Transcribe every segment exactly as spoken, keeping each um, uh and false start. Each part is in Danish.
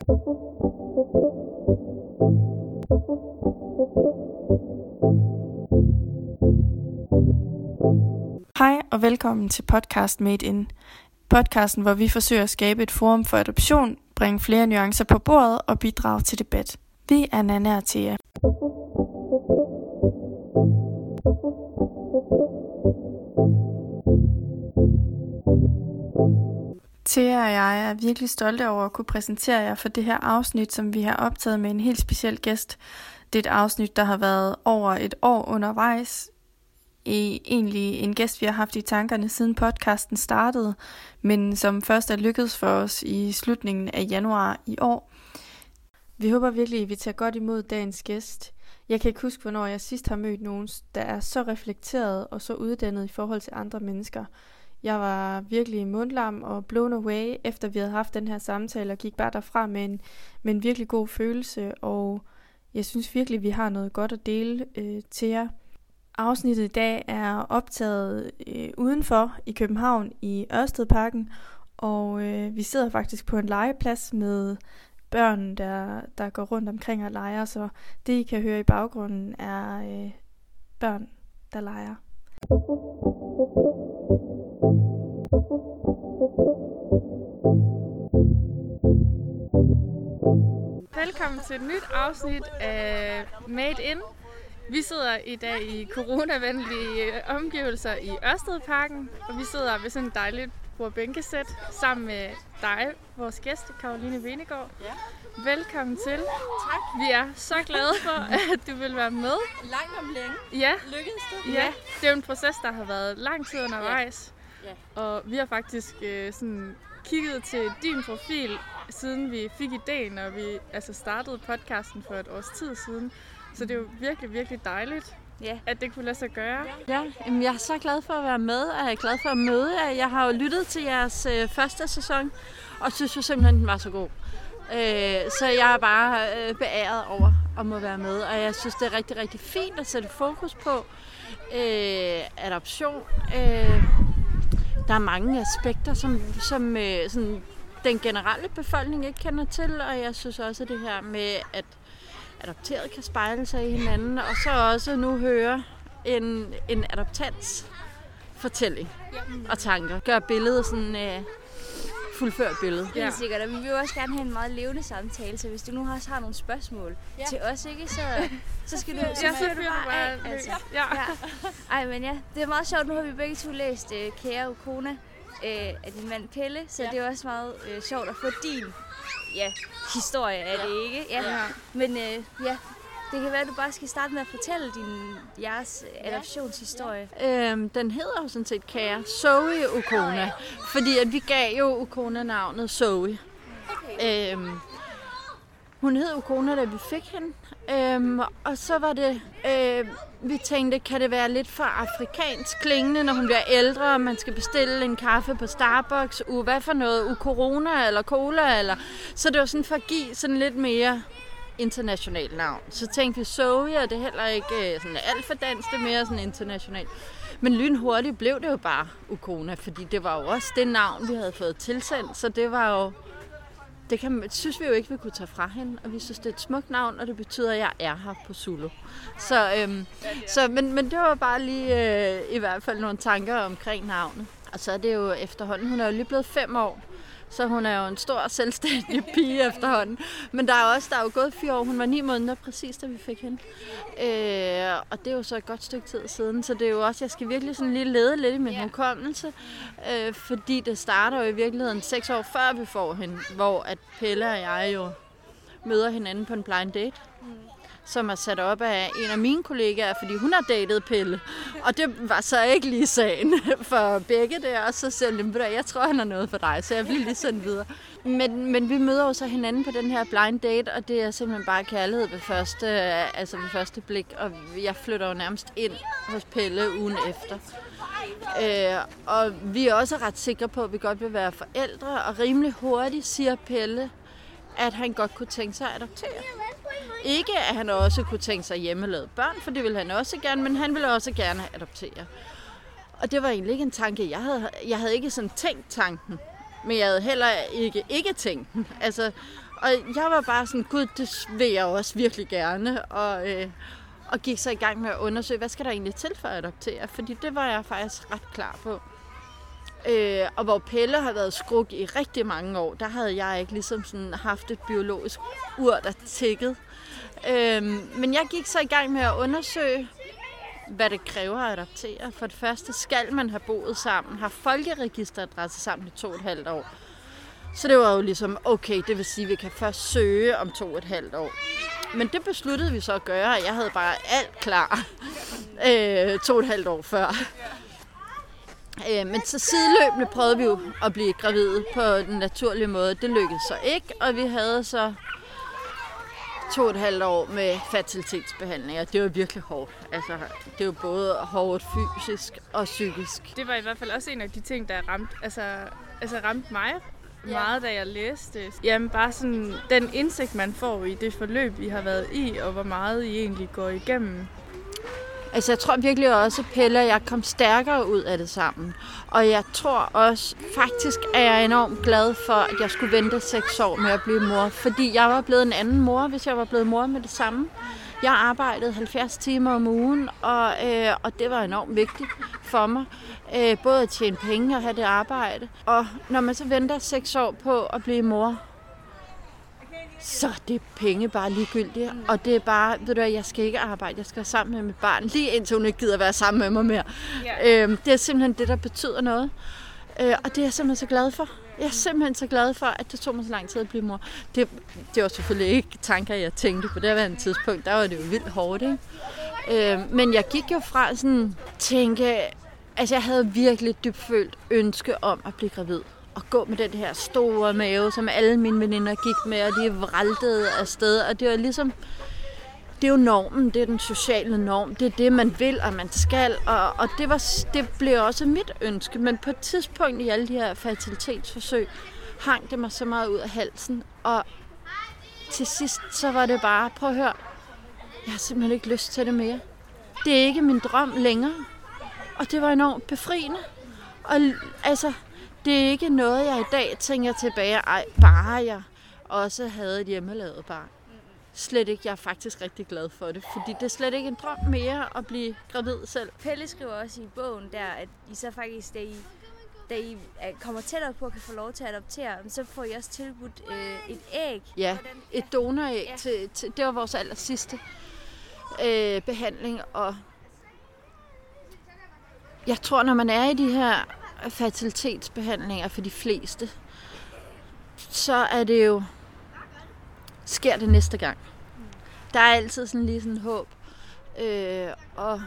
Hej og velkommen til podcast Made In. Podcasten, hvor vi forsøger at skabe et forum for adoption, bringe flere nuancer på bordet og bidrage til debat. Vi er Nana og Thea. Thea og jeg er virkelig stolte over at kunne præsentere jer for det her afsnit, som vi har optaget med en helt speciel gæst. Det er et afsnit, der har været over et år undervejs. Egentlig en gæst, vi har haft i tankerne siden podcasten startede, men som først er lykkedes for os i slutningen af januar i år. Vi håber virkelig, at vi tager godt imod dagens gæst. Jeg kan ikke huske, hvornår jeg sidst har mødt nogen, der er så reflekteret og så uddannet i forhold til andre mennesker. Jeg var virkelig mundlam og blown away, efter vi havde haft den her samtale, og gik bare derfra med en, med en virkelig god følelse, og jeg synes virkelig, vi har noget godt at dele øh, til jer. Afsnittet i dag er optaget øh, udenfor i København i Ørstedparken, og øh, vi sidder faktisk på en legeplads med børn, der, der går rundt omkring og leger, så det I kan høre i baggrunden er øh, børn, der leger. Velkommen til et nyt afsnit af Made In. Vi sidder i dag i coronavenlige omgivelser i Ørstedparken, og vi sidder ved sådan et dejligt bordbænkesæt sammen med dig, vores gæst, Caroline Venegård. Ja. Velkommen til. Tak. Vi er så glade for, at du vil være med. Langt om længe. Ja. Lykkedes det? Ja, det er jo en proces, der har været lang tid undervejs. Ja. Ja. Og vi har faktisk øh, sådan kigget til din profil, siden vi fik idéen, og vi altså startede podcasten for et års tid siden. Så det er jo virkelig, virkelig dejligt, ja, at det kunne lade sig gøre. Ja, jamen jeg er så glad for at være med, og jeg er glad for at møde jer. Jeg har jo lyttet til jeres øh, første sæson, og synes jo simpelthen, den var så god. Øh, så jeg er bare øh, beæret over at må være med, og jeg synes, det er rigtig, rigtig fint at sætte fokus på øh, adoption. Øh, der er mange aspekter, som, som øh, sådan, den generelle befolkning ikke kender til, og jeg synes også, at det her med, at adopteret kan spejle sig i hinanden, og så også nu høre en, en adoptants fortælling og tanker. Gør billedet sådan øh, fuldført billede. Helt sikkert, og vi vil også gerne have en meget levende samtale, så hvis du nu også har nogle spørgsmål ja. til os, ikke, så, så skal du, så ja, så du bare af. Altså. Ja. Ja. Ej, men ja, det er meget sjovt. Nu har vi begge to læst uh, Kære Ukona uh, af din mand Pelle, så ja. det er også meget uh, sjovt at få din ja, historie af det, ikke? Ja. Ja. Men uh, ja, det kan være, at du bare skal starte med at fortælle din, jeres adoptionshistorie. Øhm, den hedder jo sådan set Kære Zoe Ukona, fordi at vi gav jo Ukona navnet Zoe. Okay. Øhm, hun hed Ukona, da vi fik hende, øhm, og så var det, øh, vi tænkte, kan det være lidt for afrikansk klingende, når hun bliver ældre, og man skal bestille en kaffe på Starbucks, uh, hvad for noget, uh, corona eller cola, eller så det var sådan for at give sådan lidt mere internationalt navn. Så tænkte vi Zoe, og det er heller ikke sådan alt for dansk, det er mere sådan internationalt. Men lynhurtigt blev det jo bare Ukona, fordi det var jo også det navn, vi havde fået tilsendt, så det var jo, det kan, synes vi jo ikke, vi kunne tage fra hende, og vi synes, det er et smukt navn, og det betyder, at jeg er her på Zulu. Så, øhm, så men, men det var bare lige øh, i hvert fald nogle tanker omkring navnet. Og så er det jo efterhånden, hun er jo lige blevet fem år, så hun er jo en stor, selvstændig pige efterhånden. Men der er også, der er jo gået fire år. Hun var ni måneder præcis, da vi fik hende. Øh, og det er jo så et godt stykke tid siden. Så det er jo også, jeg skal virkelig sådan lige lede lidt i min hukommelse. Øh, fordi det starter jo i virkeligheden seks år før vi får hende. Hvor at Pelle og jeg jo møder hinanden på en blind date. Som er sat op af en af mine kollegaer, fordi hun har datet Pelle. Og det var så ikke lige sagen for begge der. Og så siger jeg, jeg tror, han har noget for dig, så jeg bliver lige sendt videre. Men, men vi møder jo så hinanden på den her blind date, og det er simpelthen bare kærlighed ved første, altså ved første blik. Og jeg flytter jo nærmest ind hos Pelle ugen efter. Øh, og vi er også ret sikre på, at vi godt vil være forældre, og rimelig hurtigt siger Pelle, at han godt kunne tænke sig at adoptere. Ikke at han også kunne tænke sig hjemmelavede børn, for det ville han også gerne, men han ville også gerne adoptere. Og det var egentlig ikke en tanke, jeg havde. Jeg havde ikke sådan tænkt tanken, men jeg havde heller ikke ikke tænkt den. Altså, Og jeg var bare sådan, gud, det vil jeg også virkelig gerne. Og, øh, og gik så i gang med at undersøge, hvad skal der egentlig til for at adoptere? Fordi det var jeg faktisk ret klar på. Øh, og hvor Pelle har været skruk i rigtig mange år, der havde jeg ikke ligesom sådan haft et biologisk ur, der tikkede. Øh, men jeg gik så i gang med at undersøge, hvad det kræver at adoptere. For det første skal man have boet sammen, har folkeregisteradresse sammen i to og et halvt år. Så det var jo ligesom, okay, det vil sige, at vi kan først søge om to og et halvt år. Men det besluttede vi så at gøre, og jeg havde bare alt klar øh, to og et halvt år før. Øh, men så sideløbende prøvede vi jo at blive gravide på den naturlige måde. Det lykkedes så ikke, og vi havde så to og et halvt år med fertilitetsbehandling, og det var virkelig hårdt. Altså, det var både hårdt fysisk og psykisk. Det var i hvert fald også en af de ting, der ramte, altså, altså ramte mig meget, da jeg læste. Jamen bare sådan den indsigt, man får i det forløb, vi har været i, og hvor meget I egentlig går igennem. Altså jeg tror virkelig også, at Pelle og jeg kom stærkere ud af det sammen. Og jeg tror også, faktisk er jeg enormt glad for, at jeg skulle vente seks år med at blive mor. Fordi jeg var blevet en anden mor, hvis jeg var blevet mor med det samme. Jeg arbejdede halvfjerds timer om ugen, og, øh, og det var enormt vigtigt for mig. Øh, både at tjene penge og have det arbejde. Og når man så venter seks år på at blive mor, så det er penge bare ligegyldigt. Og det er bare, ved du hvad, jeg skal ikke arbejde, jeg skal være sammen med mit barn, lige indtil hun ikke gider være sammen med mig mere. Yeah. Øh, det er simpelthen det, der betyder noget. Øh, og det er jeg simpelthen så glad for. Jeg er simpelthen så glad for, at det tog mig så lang tid at blive mor. Det, det var selvfølgelig ikke tanker, jeg tænkte på det her tidspunkt. Der var det jo vildt hårdt, ikke? Øh, men jeg gik jo fra sådan tænke, altså jeg havde virkelig dybfølt ønske om at blive gravid. Og gå med den her store mave, som alle mine veninder gik med, og de vraltede afsted. Og det var ligesom, det er jo normen, det er den sociale norm, det er det, man vil, og man skal. Og, og det, var, det blev også mit ønske, men på et tidspunkt i alle de her fertilitetsforsøg, hang det mig så meget ud af halsen. Og til sidst, så var det bare, prøv at høre, jeg har simpelthen ikke lyst til det mere. Det er ikke min drøm længere. Og det var enormt befriende. Og altså, det er ikke noget, jeg i dag tænker tilbage, ej, bare jeg også havde et hjemmelavet barn. Slet ikke. Jeg er faktisk rigtig glad for det, fordi det er slet ikke en drøm mere at blive gravid selv. Pelle skriver også i bogen der, at I så faktisk, da I, da I kommer tættere på at kan få lov til at adoptere, så får I også tilbudt øh, et æg. Ja, et donoræg. Ja. Til, til, det var vores aller sidste øh, behandling, og jeg tror, når man er i de her fertilitetsbehandlinger for de fleste, så er det jo, sker det næste gang. Der er altid sådan lige sådan håb. Øh, og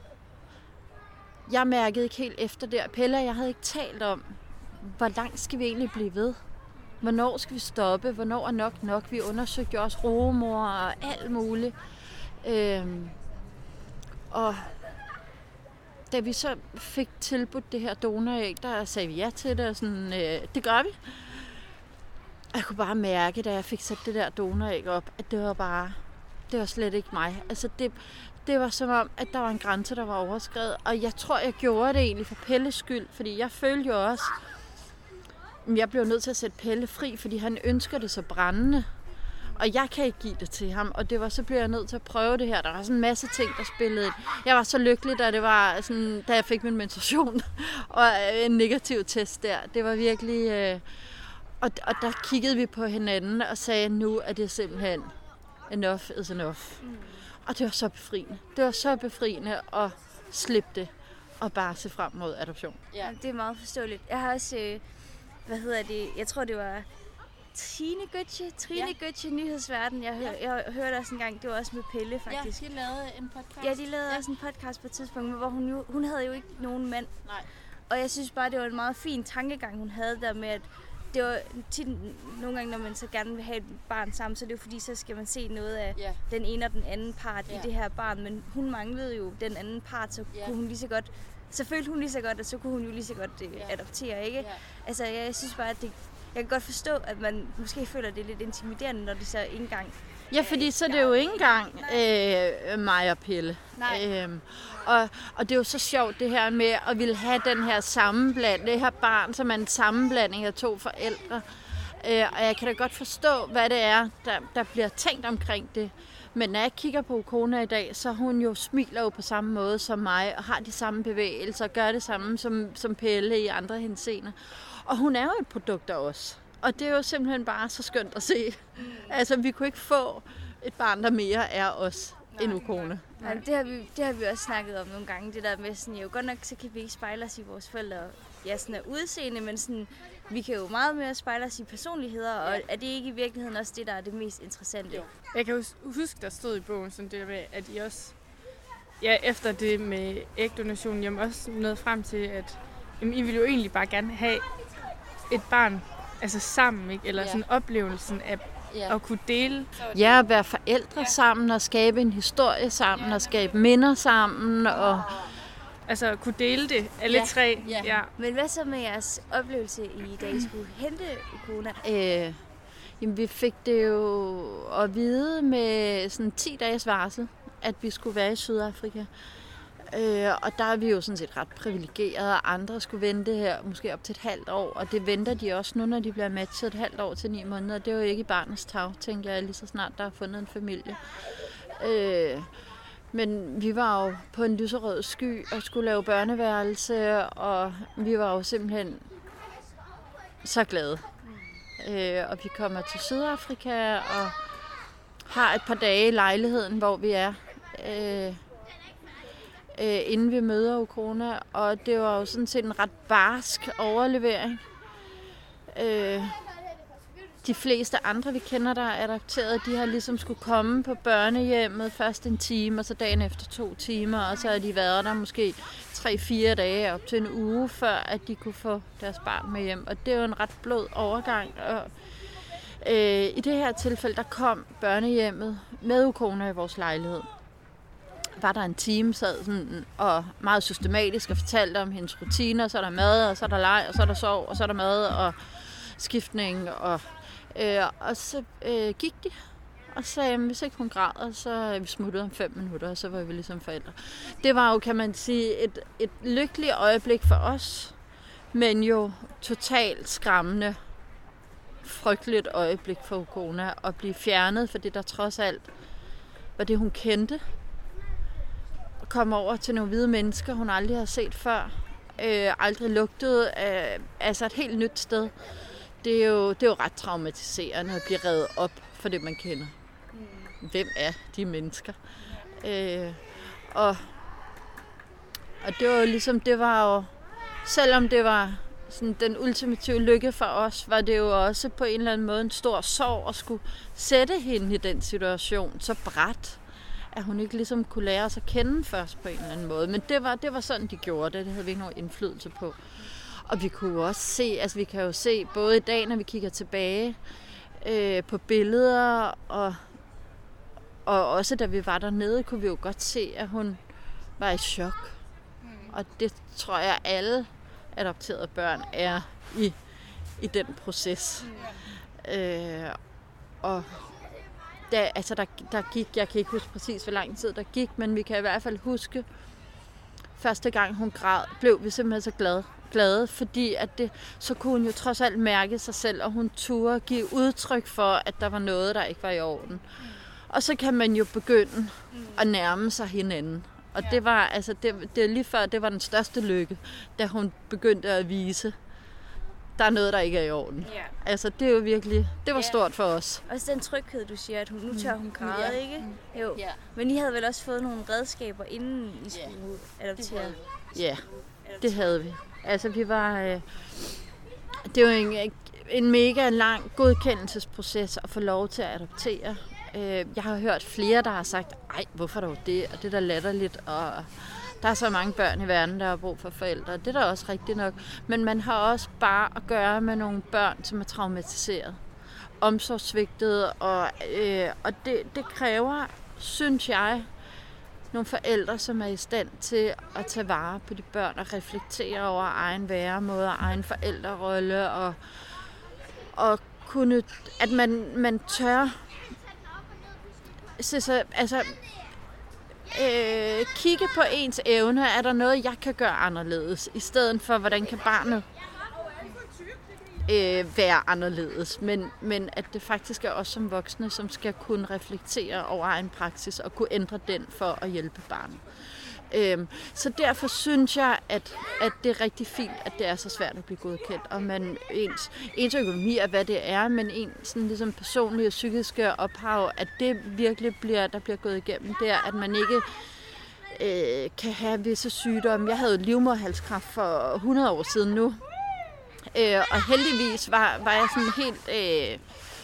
jeg mærkede ikke helt efter det. Pelle og jeg havde ikke talt om, hvor langt skal vi egentlig blive ved? Hvornår skal vi stoppe? Hvornår er nok nok? Vi undersøgte også rugemor og alt muligt. Øh, og da vi så fik tilbudt det her donoræg, der sagde vi ja til det, og sådan, øh, det gør vi. Jeg kunne bare mærke, da jeg fik sat det der donoræg op, at det var bare, det var slet ikke mig. Altså det, det var som om, at der var en grænse, der var overskredet, og jeg tror, jeg gjorde det egentlig for Pelles skyld, fordi jeg følte jo også, at jeg blev nødt til at sætte Pelle fri, fordi han ønsker det så brændende. Og jeg kan ikke give det til ham, og det var, så blev jeg nødt til at prøve det her. Der var sådan en masse ting, der spillede. Jeg var så lykkelig, da, det var sådan, da jeg fik min menstruation og en negativ test der. Det var virkelig... Øh, og, og der kiggede vi på hinanden og sagde, nu er det simpelthen enough is enough. Mm. Og det var så befriende. Det var så befriende at slippe det og bare se frem mod adoption. Ja, det er meget forståeligt. Jeg har også, øh, hvad hedder det, jeg tror det var... Trine Gøtje, Trine ja. Gøtje, Nyhedsverden. Jeg, hør, ja. jeg hørte også en gang, det var også med Pelle faktisk. Ja, de lavede en podcast. Ja, de lavede ja. også en podcast på et tidspunkt, hvor hun jo, hun havde jo ikke nogen mand. Nej. Og jeg synes bare, det var en meget fin tankegang, hun havde der med, at det var tit, nogle gange, når man så gerne vil have et barn sammen, så er det jo fordi, så skal man se noget af ja. den ene og den anden part ja. i det her barn. Men hun manglede jo den anden part, så ja. kunne hun lige så godt, så følte hun lige så godt, at så kunne hun jo lige så godt uh, ja. adoptere, ikke? Ja. Altså, jeg, jeg synes bare, at det jeg kan godt forstå, at man måske føler, at det er lidt intimiderende, når det så ikke engang... Ja, fordi så er det jo ikke engang øh, mig og Pelle. Øhm, og, og det er jo så sjovt det her med at ville have den her sammenblanding, det her barn, som er en sammenblanding af to forældre. Øh, og jeg kan da godt forstå, hvad det er, der, der bliver tænkt omkring det. Men når jeg kigger på Ukona i dag, så hun jo smiler jo på samme måde som mig, og har de samme bevægelser, og gør det samme som, som Pelle i andre henseender. Og hun er jo et produkt af os. Og det er jo simpelthen bare så skønt at se. Mm. Altså, vi kunne ikke få et barn, der mere er os Nej. end Ukona. Nej, det har, vi, det har vi også snakket om nogle gange, det der med sådan, jo godt nok, så kan vi ikke spejle os i vores forældre, ja, sådan er udseende, men sådan, vi kan jo meget mere spejle os i personligheder, og er det ikke i virkeligheden også det, der er det mest interessante? Jo. Jeg kan huske, der stod i bogen sådan det der med, at I også, ja, efter det med ægdonation, jamen også nåede frem til, at jamen, I ville jo egentlig bare gerne have et barn, altså sammen, ikke? Eller ja. sådan oplevelsen af ja. at kunne dele. Ja, at være forældre ja. sammen, og skabe en historie sammen, og skabe minder sammen, og altså at kunne dele det, alle ja. tre. Ja. Ja. Men hvad så med jeres oplevelse i, da I skulle hente Ukona? Øh, jamen, vi fik det jo at vide med sådan ti dages varsel, at vi skulle være i Sydafrika. Øh, og der er vi jo sådan set ret privilegerede, og andre skulle vente her måske op til et halvt år, og det venter de også nu, når de bliver matchet et halvt år til ni måneder. Det er jo ikke i barnets tag, tænker jeg, lige så snart der er fundet en familie. Øh, men vi var jo på en lyserød sky og skulle lave børneværelse, og vi var jo simpelthen så glade. Øh, og vi kommer til Sydafrika og har et par dage i lejligheden, hvor vi er. Øh, Øh, inden vi møder Ukona, og det var jo sådan set en ret barsk overlevering. Øh, de fleste andre, vi kender, der er adopteret, de har ligesom skulle komme på børnehjemmet først en time, og så dagen efter to timer, og så har de været der måske tre-fire dage op til en uge, før at de kunne få deres barn med hjem. Og det er jo en ret blød overgang. Og, øh, i det her tilfælde, der kom børnehjemmet med Ukona i vores lejlighed. Var der en time, sad sådan, og meget systematisk og fortalte om hendes rutiner, så er der mad, og så er der leg, og så er der sov, og så er der mad, og skiftning, og, øh, og så øh, gik de, og sagde, hvis ikke hun græder, så er vi smuttet om fem minutter, og så var vi ligesom forældre. Det var jo, kan man sige, et, et lykkeligt øjeblik for os, men jo totalt skræmmende, frygteligt øjeblik for Ukona, at blive fjernet, for det der trods alt var det, hun kendte. Komme over til nogle hvide mennesker, hun aldrig har set før. Øh, aldrig lugtet af altså et helt nyt sted. Det er, jo, det er jo ret traumatiserende at blive revet op for det, man kender. Mm. Hvem er de mennesker? Øh, og, og det var jo ligesom, det var jo, selvom det var sådan den ultimative lykke for os, var det jo også på en eller anden måde en stor sorg at skulle sætte hende i den situation så brat, at hun ikke ligesom kunne lære os at kende først på en eller anden måde. Men det var, det var sådan, de gjorde det. Det havde vi ikke nogen indflydelse på. Og vi kunne jo også se, altså vi kan jo se både i dag, når vi kigger tilbage øh, på billeder, og, og også da vi var dernede, kunne vi jo godt se, at hun var i chok. Mm. Og det tror jeg, alle adopterede børn er i, i den proces. Mm. Øh, og Da, altså der, der gik, jeg kan ikke huske præcis, hvor lang tid der gik, men vi kan i hvert fald huske, første gang hun græd, blev vi simpelthen så glade, glade fordi at det, så kunne hun jo trods alt mærke sig selv, og hun turde give udtryk for, at der var noget, der ikke var i orden. Og så kan man jo begynde at nærme sig hinanden. Og det var, altså, det, det lige før, det var den største lykke, da hun begyndte at vise, der er noget, der ikke er i orden. Yeah. Altså, det er jo virkelig, det var yeah. stort for os. Også den tryghed, du siger, at hun, nu tør hun græde, yeah. ikke? Jo. Yeah. Men I havde vel også fået nogle redskaber, inden I skulle yeah. adoptere? Ja, det havde vi. Altså, vi var... Øh, det var en, en mega lang godkendelsesproces at få lov til at adoptere. Øh, jeg har hørt flere, der har sagt, ej, hvorfor dog det? Og det er da latterligt, og... Der er så mange børn i verden, der har brug for forældre. Det er da også rigtigt nok. Men man har også bare at gøre med nogle børn, som er traumatiseret. Omsorgssvigtet. Og, øh, og det, det kræver, synes jeg, nogle forældre, som er i stand til at tage vare på de børn og reflektere over egen væremåde og egen forældrerolle. Og, og kunne, at man, man tør... Så, så, altså... Øh, kigge på ens evne, er der noget, jeg kan gøre anderledes, i stedet for, hvordan kan barnet øh, være anderledes, men, men at det faktisk er os som voksne, som skal kunne reflektere over egen praksis og kunne ændre den for at hjælpe barnet. Øhm, så derfor synes jeg, at, at det er rigtig fint, at det er så svært at blive godkendt, og man, ens, ens økonomi er, hvad det er, men en sådan ligesom personlige og psykiske ophav, at det virkelig bliver, der bliver gået igennem, det er, at man ikke øh, kan have visse sygdomme. Jeg havde livmoderhalskræft for hundrede år siden nu, øh, og heldigvis var, var jeg sådan helt... Øh,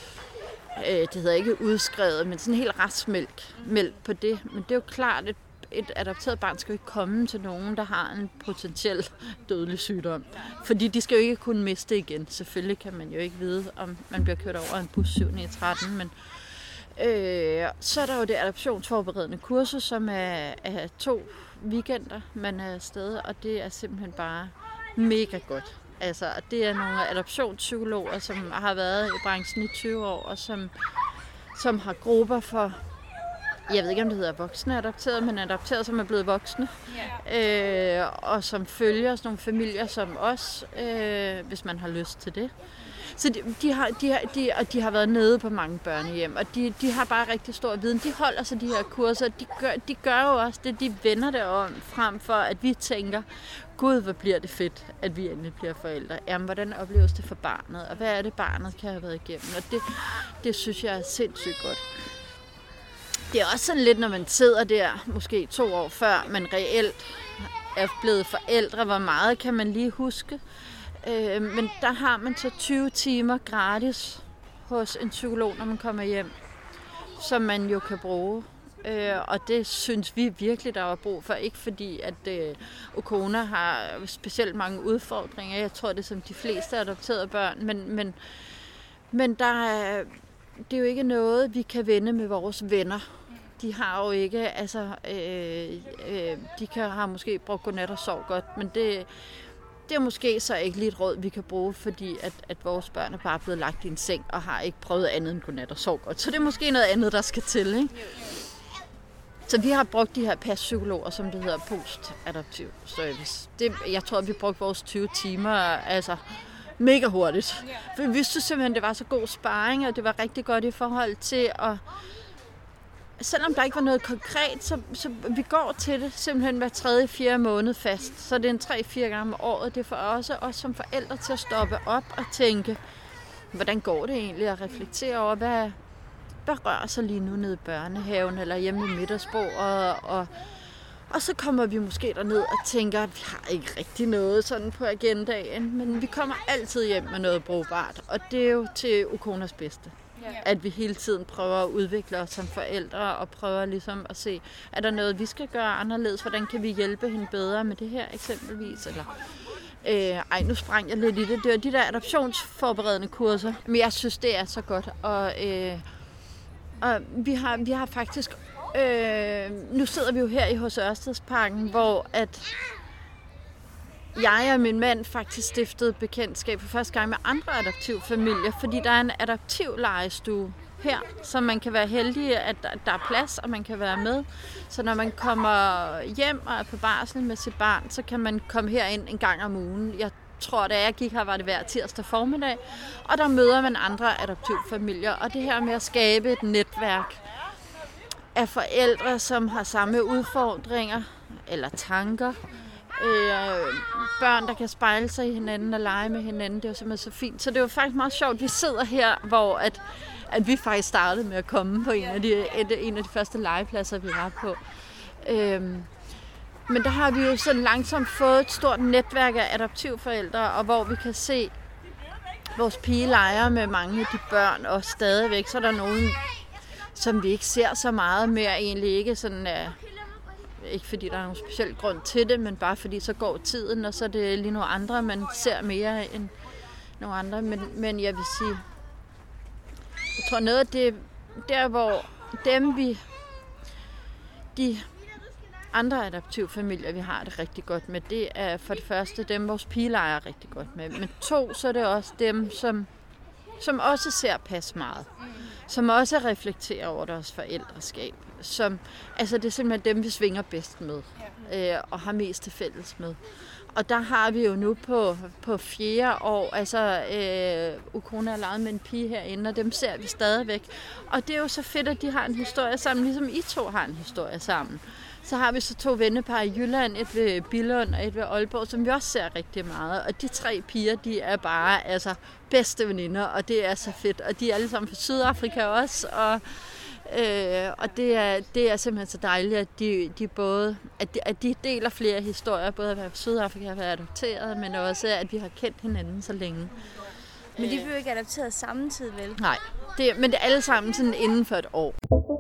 øh, det hedder ikke udskrevet, men sådan helt raskmeldt meldt på det. Men det er jo klart, at et adopteret barn skal jo ikke komme til nogen, der har en potentiel dødelig sygdom. Fordi de skal jo ikke kunne miste igen. Selvfølgelig kan man jo ikke vide, om man bliver kørt over en bus syv ni tretten, men øh, så er der jo det adoptionsforberedende kursus, som er, er to weekender, man er afsted, og det er simpelthen bare mega godt. Altså, det er nogle adoptionspsykologer, som har været i branchen i tyve år, og som, som har grupper for, jeg ved ikke, om det hedder voksne adopterede, men adopterede, som er blevet voksne, yeah. øh, og som følger sådan nogle familier som os, øh, hvis man har lyst til det. Så de, de, har, de, har, de, og de har været nede på mange børnehjem, og de, de har bare rigtig stor viden. De holder sig de her kurser, de gør, de gør jo også det, de vender det om, frem for at vi tænker, gud, hvor bliver det fedt, at vi endelig bliver forældre. Jamen, hvordan opleves det for barnet, og hvad er det, barnet kan have været igennem? Og det, det synes jeg er sindssygt godt. Det er også sådan lidt, når man sidder der, måske to år før, man reelt er blevet forældre, hvor meget kan man lige huske. Øh, men der har man så tyve timer gratis hos en psykolog, når man kommer hjem, som man jo kan bruge. Øh, og det synes vi virkelig, der var brug for. Ikke fordi, at øh, Okona har specielt mange udfordringer. Jeg tror, det er som de fleste adopterede børn. Men, men, men der er, det er jo ikke noget, vi kan vende med vores venner. De har jo ikke, altså, øh, øh, de kan, har måske brugt godnat og sov godt, men det, det er måske så ikke lige et råd, vi kan bruge, fordi at, at vores børn er bare blevet lagt i en seng og har ikke prøvet andet end godnat og sov godt. Så det er måske noget andet, der skal til, ikke? Så vi har brugt de her paspsykologer, som det hedder post-adoptiv service. Det, jeg tror, vi brugte vores tyve timer, altså mega hurtigt. For vi synes simpelthen, det var så god sparring, og det var rigtig godt i forhold til at... Selvom der ikke var noget konkret, så, så vi går til det simpelthen hver tredje, fjerde måned fast. Så det er en tre-fire gange om året. Det er for os, os som forældre til at stoppe op og tænke, hvordan går det egentlig, at reflektere over, hvad, hvad rører sig lige nu nede i børnehaven eller hjemme i middagsbordet. Og, og så kommer vi måske derned og tænker, at vi har ikke rigtig noget sådan på agendaen, men vi kommer altid hjem med noget brugbart, og det er jo til Okonas bedste. At vi hele tiden prøver at udvikle os som forældre og prøver ligesom at se, er der noget, vi skal gøre anderledes? Hvordan kan vi hjælpe hende bedre med det her eksempelvis? Eller, øh, ej, nu sprang jeg lidt i det. Det var de der adoptionsforberedende kurser. Men jeg synes, det er så godt. Og, øh, og vi, har, vi har faktisk... Øh, nu sidder vi jo her i H C Ørstedsparken, hvor at... Jeg og min mand faktisk stiftede bekendtskab for første gang med andre adoptivfamilier, fordi der er en adoptivlejestue her, så man kan være heldig, at der er plads, og man kan være med. Så når man kommer hjem og er på barsel med sit barn, så kan man komme herind en gang om ugen. Jeg tror, da jeg gik her, var det hver tirsdag formiddag, og der møder man andre adoptivfamilier. Og det her med at skabe et netværk af forældre, som har samme udfordringer eller tanker, Øh, børn, der kan spejle sig i hinanden og lege med hinanden, det er jo simpelthen så fint. Så det er jo faktisk meget sjovt, vi sidder her, hvor at, at vi faktisk startede med at komme på en af de, en af de første legepladser, vi var på. Øh, men der har vi jo sådan langsomt fået et stort netværk af adoptivforældre, og hvor vi kan se vores pige leger med mange af de børn, og stadigvæk så er der nogen, som vi ikke ser så meget mere, egentlig ikke sådan... Uh, Ikke fordi der er nogen speciel grund til det, men bare fordi så går tiden, og så er det lige nogle andre, man ser mere end nogle andre. Men, men jeg vil sige, jeg tror noget af det, der hvor dem vi, de andre adoptivfamilier, vi har det rigtig godt med, det er for det første dem, vores pige leger rigtig godt med. Men to, så er det også dem, som, som også ser pas meget. Som også reflekterer over deres forældreskab. Som, altså det er simpelthen dem, vi svinger bedst med, øh, og har mest til fælles med. og der har vi jo nu på, på fjerde år, altså øh, Ukona har leget med en pige herinde, og dem ser vi stadigvæk. Og det er jo så fedt, at de har en historie sammen, ligesom I to har en historie sammen. Så har vi så to vennepar i Jylland, et ved Billund og et ved Aalborg, som vi også ser rigtig meget. Og de tre piger, de er bare altså, bedste veninder, og det er så fedt. Og de er alle sammen fra Sydafrika også, og, øh, og det, er, det er simpelthen så dejligt, at de, de både at de, at de deler flere historier, både at være fra Sydafrika og at være adopteret, men også at vi har kendt hinanden så længe. Men de blev ikke adopteret samtidig, vel? Nej, det, men det er alle sammen sådan inden for et år.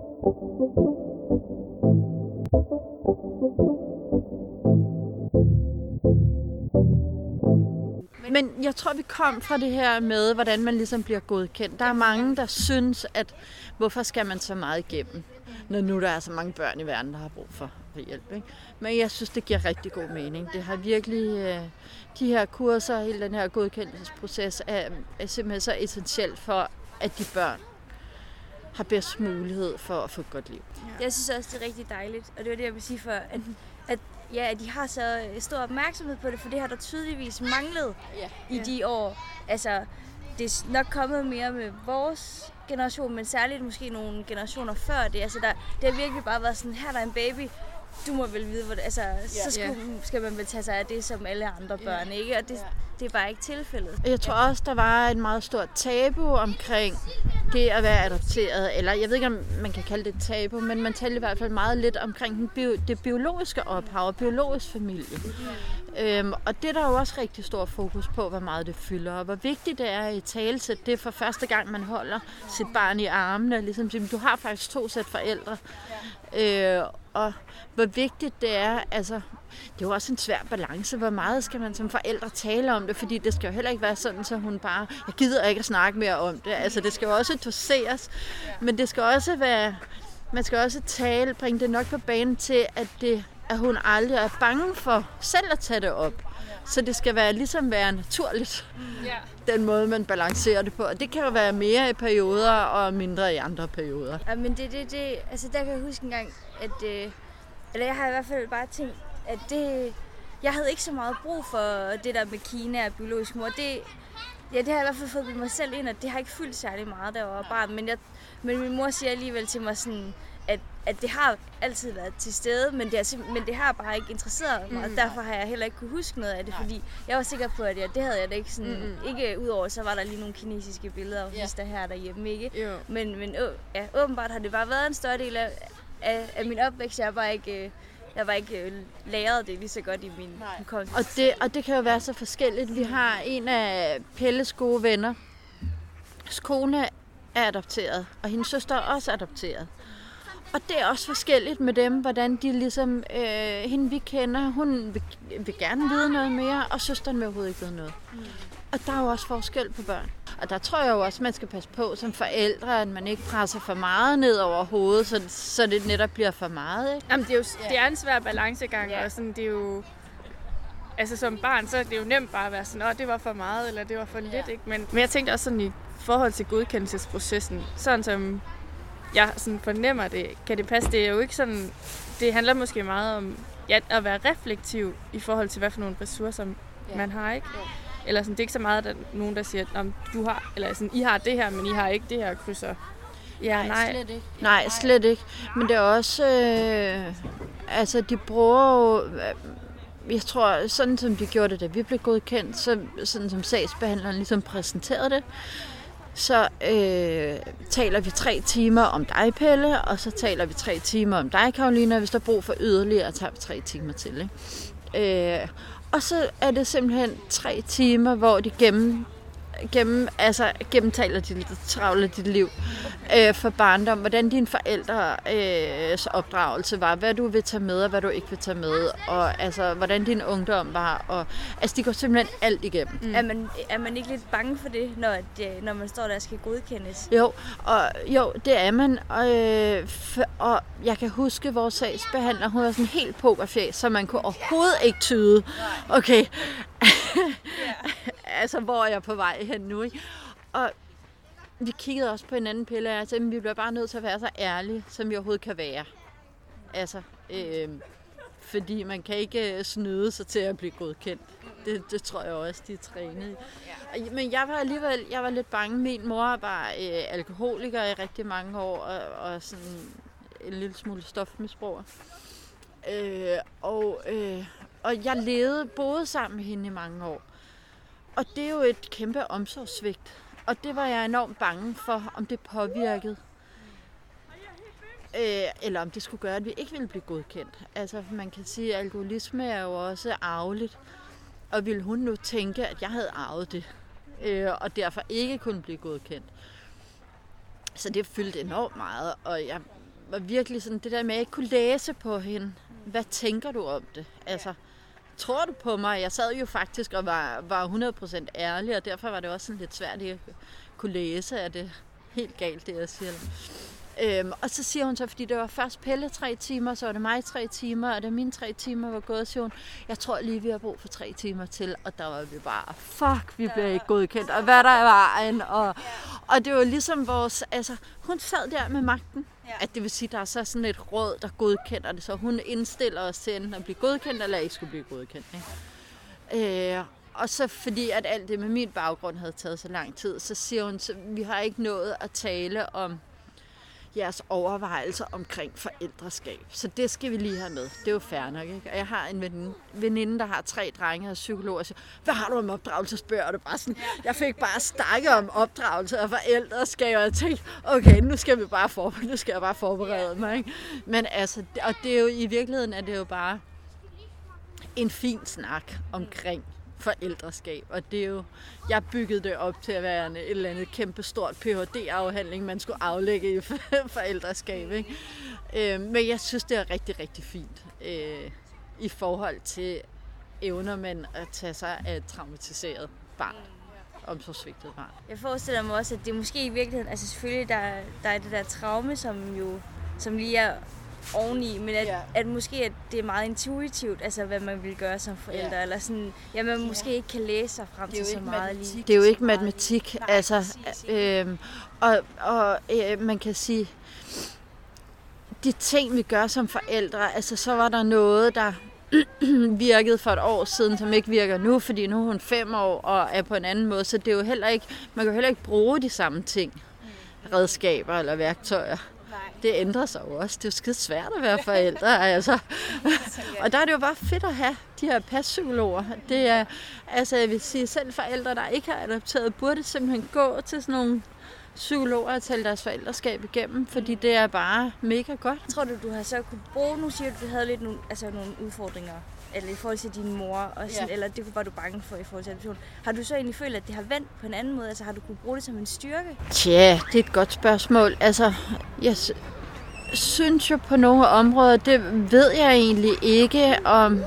Men jeg tror, vi kom fra det her med, hvordan man ligesom bliver godkendt. Der er mange, der synes, at hvorfor skal man så meget igennem, når nu der er så mange børn i verden, der har brug for hjælp. Ikke? Men jeg synes, det giver rigtig god mening. Det har virkelig, de her kurser, hele den her godkendelsesproces, er, er simpelthen så essentielt for, at de børn har bedst mulighed for at få et godt liv. Jeg synes også, det er rigtig dejligt, og det var det, jeg vil sige for, at, at ja, at de har så stor opmærksomhed på det, for det har der tydeligvis manglet yeah. i yeah. de år. Altså, det er nok kommet mere med vores generation, men særligt måske nogle generationer før det. Altså, der, det har virkelig bare været sådan, her er der en baby, du må vel vide, hvor det, altså, yeah. så skal, yeah. skal man vel tage sig af det som alle andre børn, yeah. ikke? Og det, yeah. det er bare ikke tilfældet. Jeg tror også, der var et meget stort tabu omkring det at være adopteret, eller jeg ved ikke, om man kan kalde det et tabu, men man talte i hvert fald meget lidt omkring den bio, det biologiske ophav og biologisk familie. Mm. Øhm, og det er der jo også rigtig stor fokus på, hvor meget det fylder, og hvor vigtigt det er i talesæt. Det er for første gang, man holder sit barn i armene, ligesom du har faktisk to sæt forældre. Øh, og hvor vigtigt det er, altså, det er jo også en svær balance, hvor meget skal man som forældre tale om det, fordi det skal jo heller ikke være sådan, så hun bare, jeg gider ikke at snakke mere om det, altså det skal jo også doseres, men det skal også være, man skal også tale, bringe det nok på banen til, at, det, at hun aldrig er bange for selv at tage det op, så det skal være ligesom være naturligt, den måde man balancerer det på, og det kan jo være mere i perioder og mindre i andre perioder. Ja, men det, det, det, altså der kan jeg huske en gang, at, øh, eller jeg har i hvert fald bare tænkt, at det, jeg havde ikke så meget brug for det der med Kina og biologisk mor. Det, ja, det har jeg i hvert fald fået mig selv ind, og det har ikke fyldt særlig meget, da jeg var barn. Men, jeg, men min mor siger alligevel til mig sådan, at, at det har altid været til stede, men det, er, men det har bare ikke interesseret mig. Mm. Og derfor har jeg heller ikke kunne huske noget af det, fordi jeg var sikker på, at jeg, det havde jeg da ikke sådan, mm. ikke udover, så var der lige nogle kinesiske billeder af yeah. der her derhjemme, ikke? Jo. Men, men ja, åbenbart har det bare været en større del af, af, af min opvækst. Jeg har bare ikke... Jeg var ikke læret det lige så godt i min hukommelse. Og det, og det kan jo være så forskelligt. Vi har en af Pelles gode venner. Hans kone er adopteret, og hendes søster er også adopteret. Og det er også forskelligt med dem, hvordan de ligesom, øh, hende vi kender, hun vil, vil gerne vide noget mere, og søsteren vil overhovedet ikke vide noget. Mm. Og der er jo også forskel på børn. Og der tror jeg jo også, man skal passe på som forældre, at man ikke presser for meget ned over hovedet, så, så det netop bliver for meget. Ikke? Jamen, det er jo det er en svær balancegang, ja. Og sådan, det er jo... Altså som barn, så er det jo nemt bare at være sådan, åh, det var for meget, eller det var for lidt, ja. Ikke? Men, men jeg tænkte også sådan i forhold til godkendelsesprocessen, sådan som jeg sådan fornemmer det, kan det passe, det er jo ikke sådan... Det handler måske meget om ja, at være reflektiv i forhold til, hvad for nogle ressourcer ja. Man har, ikke? Ja. Eller sådan, det er ikke så meget, at der er nogen, der siger, at du har, eller sådan, I har det her, men I har ikke det her, krydser. Ja, nej. nej. Slet ikke. Nej, slet ikke. Men det er også, øh, altså de bruger jo, jeg tror, sådan som de gjorde det, da vi blev godkendt, så sådan som sagsbehandleren ligesom præsenterede det, så øh, taler vi tre timer om dig, Pelle, og så taler vi tre timer om dig, Karolina, hvis der er brug for yderligere, tager vi tre timer til, ikke? Øh, Og så er det simpelthen tre timer, hvor de gennem, gennem, altså, gennemtaler dit, travler dit liv øh, for barndom. Hvordan dine forældres øh, opdragelse var, hvad du vil tage med, og hvad du ikke vil tage med. Og altså, hvordan din ungdom var. Og, altså, de går simpelthen alt igennem. Mm. Er, man, er man ikke lidt bange for det, når, det, når man står der og skal godkendes? Jo, og, jo det er man. Og, øh, for, og jeg kan huske, vores sagsbehandler, hun var sådan helt pokerfjæs, så man kunne overhovedet ikke tyde. Okay, altså, hvor er jeg på vej hen nu, ikke? Og vi kiggede også på en anden Pelle, og jeg tænkte, vi bliver bare nødt til at være så ærlige, som vi overhovedet kan være. Altså, øh, fordi man kan ikke snyde sig til at blive godkendt. Det, det tror jeg også, de er trænet i. Men jeg var alligevel jeg var lidt bange. Min mor var øh, alkoholiker i rigtig mange år, og, og sådan en lille smule stofmisbruger. Øh, og, øh, og jeg levede, boede sammen med hende i mange år. Og det er jo et kæmpe omsorgssvigt. Og det var jeg enormt bange for, om det påvirkede. Øh, eller om det skulle gøre, at vi ikke ville blive godkendt. Altså man kan sige, at alkoholisme er jo også arveligt. Og ville hun nu tænke, at jeg havde arvet det, øh, og derfor ikke kunne blive godkendt. Så det fyldte enormt meget, og jeg var virkelig sådan, det der med, at jeg ikke kunne læse på hende. Hvad tænker du om det? Altså, tror du på mig? Jeg sad jo faktisk og var, var hundrede procent ærlig, og derfor var det også sådan lidt svært at kunne læse, at det helt galt, det jeg siger. Øhm, og så siger hun så, fordi det var først Pelle tre timer, så var det mig tre timer, og da mine tre timer var gået, siger hun, jeg tror lige, vi har brug for tre timer til, og der var vi bare, fuck, vi bliver ikke godkendt, og hvad der er vejen, og, og det var ligesom vores, altså, hun sad der med magten, at det vil sige, der er så sådan et råd, der godkender det, så hun indstiller os til enten at blive godkendt, eller ikke skulle blive godkendt, ikke? Øh, og så fordi, at alt det med min baggrund havde taget så lang tid, så siger hun, så vi har ikke nået at tale om jeres overvejelser omkring forældreskab. Så det skal vi lige have med. Det er jo fair nok, ikke? Og jeg har en veninde, veninde der har tre drenge og psykologer, og siger, hvad har du om opdragelsesbøger? Og det bare sådan, jeg fik bare stakke om opdragelse og forældreskab, og jeg tænkte, okay, nu skal vi bare forberede, nu skal jeg bare forberede mig, ikke? Men altså, og det er jo i virkeligheden, at det er jo bare en fin snak omkring forældreskab, og det er jo, jeg byggede det op til at være en, et eller andet kæmpe stort P H D-afhandling, man skulle aflægge i forældreskab, ikke? Øh, men jeg synes, det er rigtig, rigtig fint øh, i forhold til evner man at tage sig af et traumatiseret barn, omsorgsvigtet barn. Jeg forestiller mig også, at det måske i virkeligheden, altså selvfølgelig, der, der er det der traume, som jo som lige er oveni, men at, ja. at måske at det er meget intuitivt, altså hvad man vil gøre som forældre, ja. Eller sådan, ja, man måske ikke kan læse sig frem til så meget lige. Det er jo ikke matematik, nej, altså, øh, og, og øh, man kan sige, de ting vi gør som forældre, altså så var der noget, der virkede for et år siden, som ikke virker nu, fordi nu er hun fem år og er på en anden måde, så det er jo heller ikke, man kan jo heller ikke bruge de samme ting, redskaber eller værktøjer. Det ændrer sig jo også. Det er jo skide svært at være forældre, altså. Og der er det jo bare fedt at have de her paspsykologer. Det er, altså jeg vil sige, selv forældre, der ikke har adopteret, burde simpelthen gå til sådan nogle psykologer og tale deres forældreskab igennem, fordi det er bare mega godt. Tror du, du har så kunne bruge, nu siger du, du havde lidt nogle, altså nogle udfordringer, eller i forhold til din mor, og sådan, ja. Eller det var du bange for i forhold til adoption. Har du så egentlig følt, at det har vendt på en anden måde? Altså har du kunne bruge det som en styrke? Tja, det er et godt spørgsmål. Altså, jeg synes jo på nogle områder, det ved jeg egentlig ikke, om,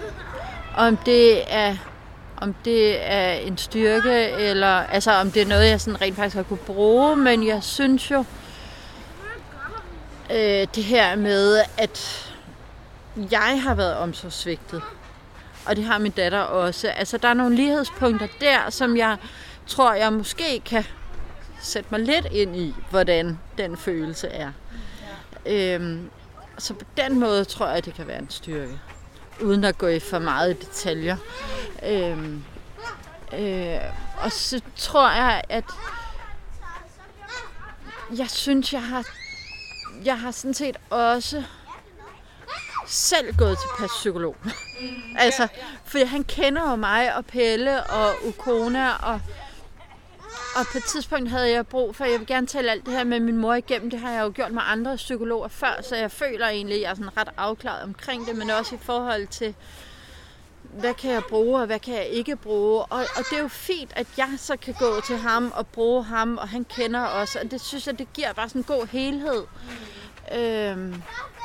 om det er om det er en styrke, eller altså om det er noget, jeg sådan rent faktisk har kunne bruge, men jeg synes jo, øh, det her med, at jeg har været omsorgssvigtet, og det har min datter også. Altså, der er nogle lighedspunkter der, som jeg tror, jeg måske kan sætte mig lidt ind i, hvordan den følelse er. Ja. Øhm, så på den måde tror jeg, det kan være en styrke, uden at gå i for meget i detaljer. Øhm, øh, og så tror jeg, at jeg synes, jeg har, jeg har sådan set også selv gået til paspsykolog. Altså, for han kender jo mig og Pelle og Ukona, og, og på et tidspunkt havde jeg brug for, jeg vil gerne tale alt det her med min mor igennem. Det har jeg jo gjort med andre psykologer før, så jeg føler egentlig, at jeg er sådan ret afklaret omkring det, men også i forhold til, hvad kan jeg bruge, og hvad kan jeg ikke bruge. Og, og det er jo fint, at jeg så kan gå til ham og bruge ham, og han kender os, og det synes jeg, det giver bare sådan en god helhed. Mm. Øhm,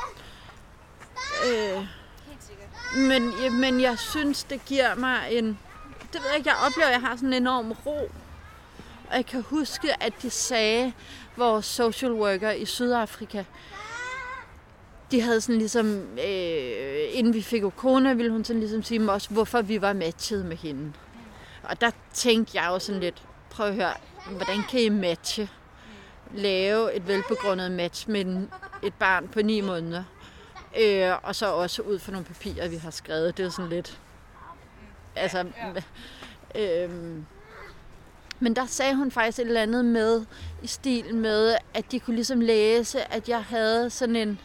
Øh, men, men jeg synes, det giver mig en... Det ved jeg ikke, jeg oplever, at jeg har sådan en enorm ro. Og jeg kan huske, at de sagde, vores social worker i Sydafrika, de havde sådan ligesom, øh, inden vi fik Ukona, ville hun sådan ligesom sige også, hvorfor vi var matchet med hende. Og der tænkte jeg jo sådan lidt, prøv at høre, hvordan kan I matche? Lave et velbegrundet match med et barn på ni måneder? Øh, og så også ud fra nogle papirer, vi har skrevet. Det er sådan lidt... Altså... Ja. Øh, men der sagde hun faktisk et eller andet med, i stil med, at de kunne ligesom læse, at jeg havde sådan en...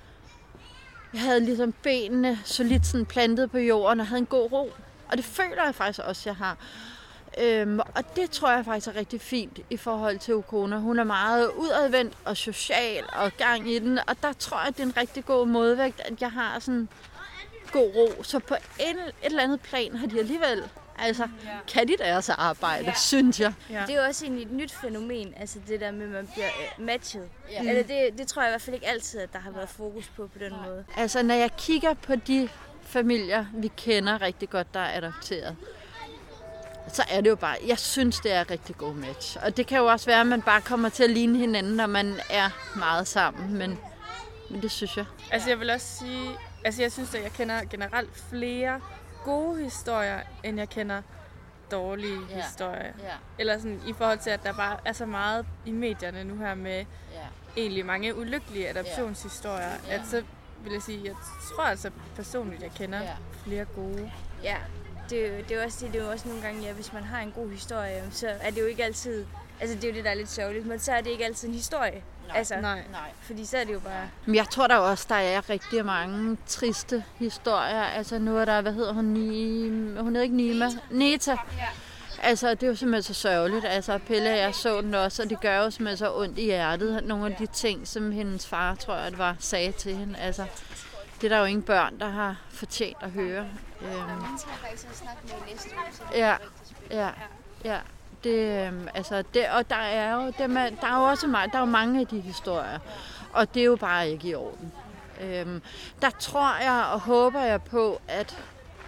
Jeg havde ligesom benene solidt sådan plantet på jorden og havde en god ro. Og det føler jeg faktisk også, jeg har. Øhm, og det tror jeg faktisk er rigtig fint i forhold til Okona. Hun er meget udadvendt og social og gang i den. Og der tror jeg, det er en rigtig god modvægt, at jeg har sådan god ro. Så på en, et eller andet plan har de alligevel... Altså, kan de deres arbejde, ja. synes jeg. Ja. Det er jo også et nyt fænomen, altså det der med, at man bliver uh, matchet. Ja. Eller det, det tror jeg i hvert fald ikke altid, at der har været fokus på på den Nej. måde. Altså, når jeg kigger på de familier, vi kender rigtig godt, der er adopteret, så er det jo bare, jeg synes, det er et rigtig god match. Og det kan jo også være, at man bare kommer til at ligne hinanden, når man er meget sammen, men, men det synes jeg. Altså, jeg vil også sige, altså jeg synes, at jeg kender generelt flere gode historier, end jeg kender dårlige ja. historier. Ja. Eller sådan i forhold til, at der bare er så meget i medierne nu her med ja. egentlig mange ulykkelige adoptionshistorier, ja. at så vil jeg sige, jeg tror altså personligt, jeg kender ja. flere gode. Ja, det er, jo, det er også det, det er jo også nogle gange, ja, hvis man har en god historie, så er det jo ikke altid, altså det er jo det, der er lidt sørgeligt, men så er det ikke altid en historie. Nej. Altså, nej. Fordi så er det jo bare... Men jeg tror der også, der er rigtig mange triste historier. Altså nu er der, hvad hedder hun? Nima? Hun hedder ikke Nima. Neta. Neta. Ja. Altså det er jo simpelthen så sørgeligt. Altså Pelle og jeg så den også, og det gør jo simpelthen så ondt i hjertet. Nogle af de ting, som hendes far, tror jeg, det var, sagde til hende. Altså det er der jo ingen børn, der har fortjent at høre. Øhm. Ja, men skal faktisk også snakke med næste uge, så det ja. er rigtig ja, ja. Det, altså det, og der er jo, det, man, der er jo også meget, der er jo mange af de historier, og det er jo bare ikke i orden. Øhm, der tror jeg og håber jeg på, at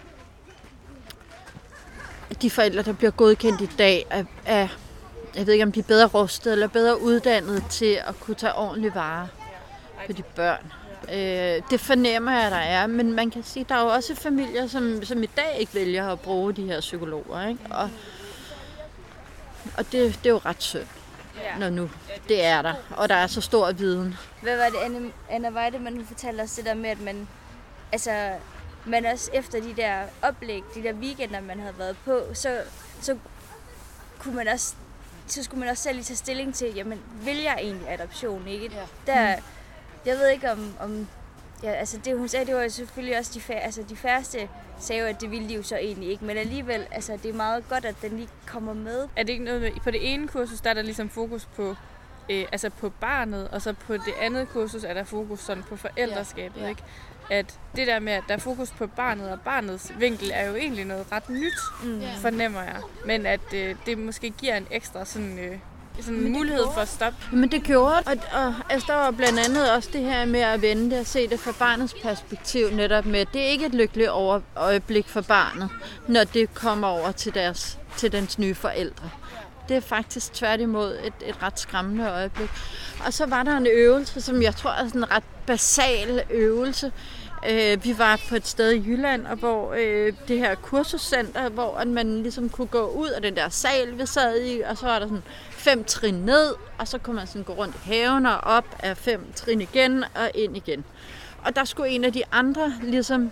de forældre, der bliver godkendt i dag, er, er, jeg ved ikke om de er bedre rustet eller bedre uddannet til at kunne tage ordentlig vare på de børn. Øh, det fornemmer jeg, der er, men man kan sige, der er jo også familier, som, som i dag ikke vælger at bruge de her psykologer, ikke? Og, Og det, det er jo ret synd, ja. når nu det er der, og der er så stor viden. Hvad var det, Anna, Anna Weidemann, hun fortalte os det der med, at man, altså, man også efter de der oplæg, de der weekender, man havde været på, så, så, kunne man også, så skulle man også selv lige tage stilling til, jamen, vil jeg egentlig adoption, ikke? Ja. Der, jeg ved ikke om, om ja, altså det hun sagde, det var jo selvfølgelig også de, fær, altså de færreste sagde jo, at det ville de jo så egentlig ikke, men alligevel, altså det er meget godt, at den lige kommer med. Er det ikke noget med, på det ene kursus, der er der ligesom fokus på, øh, altså på barnet, og så på det andet kursus er der fokus sådan på forældreskabet, ja, ja. ikke? At det der med, at der er fokus på barnet og barnets vinkel, er jo egentlig noget ret nyt, mm. fornemmer jeg. Men at øh, det måske giver en ekstra sådan... Øh, sådan en mulighed for at stoppe. Men det gjorde og, og altså, der var blandt andet også det her med at vende det og se det fra barnets perspektiv netop med, det er ikke et lykkeligt over, øjeblik for barnet, når det kommer over til, deres, til dens nye forældre. Det er faktisk tværtimod et, et ret skræmmende øjeblik. Og så var der en øvelse, som jeg tror er sådan en ret basal øvelse. Øh, vi var på et sted i Jylland, og hvor øh, det her kursuscenter, hvor at man ligesom kunne gå ud af den der sal, vi sad i, og så var der sådan fem trin ned, og så kunne man sådan gå rundt i haven og op af fem trin igen og ind igen. Og der skulle en af de andre ligesom,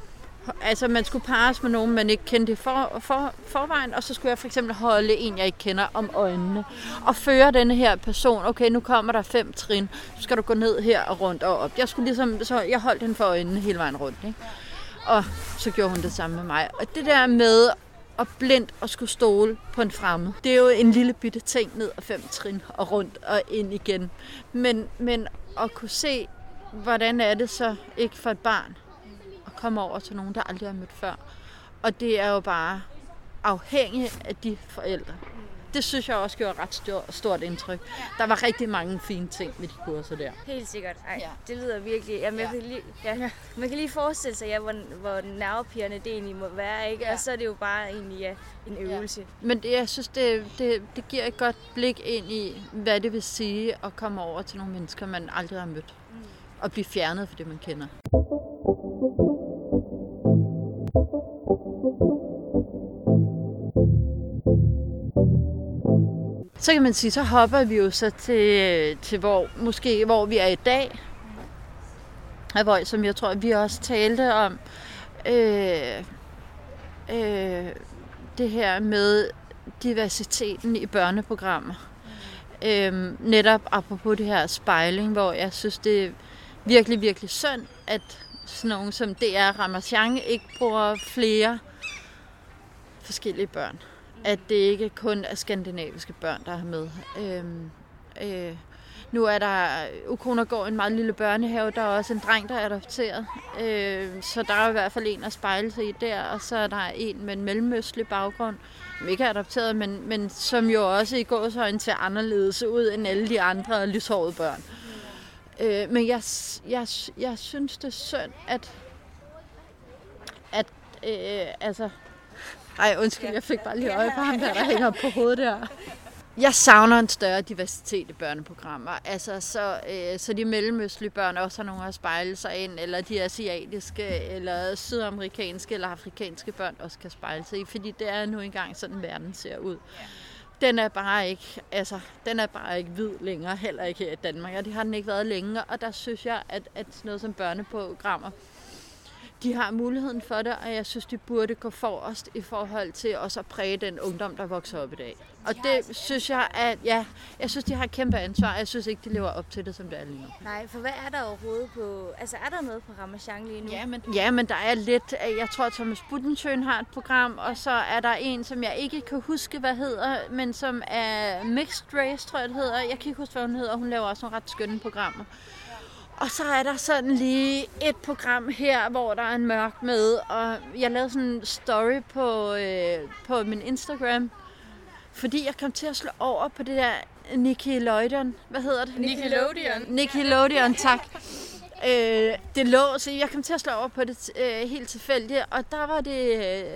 altså man skulle parres med nogen, man ikke kendte i for, for, forvejen, og så skulle jeg for eksempel holde en, jeg ikke kender, om øjnene, og føre denne her person, okay, nu kommer der fem trin, så skal du gå ned her og rundt og op. Jeg skulle ligesom, så jeg holdt hende for øjnene hele vejen rundt, ikke? Og så gjorde hun det samme med mig. Og det der med at blindt og skulle stole på en fremmed, det er jo en lille bitte ting ned og fem trin og rundt og ind igen. Men, men at kunne se, hvordan er det så ikke for et barn at komme over til nogen, der aldrig har mødt før. Og det er jo bare afhængigt af de forældre. Det synes jeg også gjorde ret stort, stort indtryk. Der var rigtig mange fine ting ved de kurser der. Helt sikkert. Ej, ja. Det lyder virkelig... Jamen, ja. Kan lige, ja. Man kan lige forestille sig, ja, hvor, hvor nervepirrende det egentlig må være, ikke? Ja. Og så er det jo bare egentlig ja, en øvelse. Ja. Men det, jeg synes, det, det, det giver et godt blik ind i, hvad det vil sige at komme over til nogle mennesker, man aldrig har mødt. Mm. Og blive fjernet for det, man kender. Så kan man sige, så hopper vi jo så til, til hvor, måske hvor vi er i dag. hvor, som jeg tror, vi også talte om, øh, øh, det her med diversiteten i børneprogrammer. Øhm, netop apropos det her spejling, hvor jeg synes, det er virkelig, virkelig synd, at sådan nogen som D R Ramasjang ikke bruger flere forskellige børn. At det ikke kun er skandinaviske børn, der er med. Øhm, øh, nu er der, Ukona går en meget lille børnehave, der er også en dreng, der er adopteret. Øh, så der er i hvert fald en at spejle sig i der, og så er der en med en mellemøstlig baggrund, som ikke er adopteret, men, men som jo også i gåsøjne ser anderledes ud end alle de andre lyshårede børn. Mm. Øh, men jeg, jeg, jeg synes, det er synd, at, at øh, altså... Ej, undskyld, jeg fik bare lige øje på ham der, der hænger på hovedet der. Jeg savner en større diversitet i børneprogrammer. Altså, så, øh, så de mellemøstlige børn også har nogen at spejle sig ind, eller de asiatiske, eller sydamerikanske, eller afrikanske børn også kan spejle sig i, fordi det er nu engang sådan, verden ser ud. Den er bare ikke, altså, den er bare ikke hvid længere, heller ikke her i Danmark, og det har den ikke været længe, og der synes jeg, at, at noget som børneprogrammer, de har muligheden for det, og jeg synes, de burde gå forrest i forhold til også at præge den ungdom, der vokser op i dag. Og det synes jeg, at ja, jeg synes, de har et kæmpe ansvar. Jeg synes ikke, de lever op til det, som det er lige nu. Nej, for hvad er der overhovedet på... Altså, er der noget på Ramasjang lige nu? Ja, men, ja, men der er lidt... Jeg tror, Thomas Budensjøen har et program, og så er der en, som jeg ikke kan huske, hvad hedder, men som er Mixed Race, tror jeg, det hedder. Jeg kan ikke huske, hvad hun hedder. Hun laver også nogle ret skønne programmer. Og så er der sådan lige et program her, hvor der er en mørk med, og jeg lavede sådan en story på, øh, på min Instagram, fordi jeg kom til at slå over på det der Nickelodeon. Hvad hedder det? Nickelodeon. Nickelodeon, tak. Øh, det lå, så jeg kom til at slå over på det øh, helt tilfældigt, og der var det,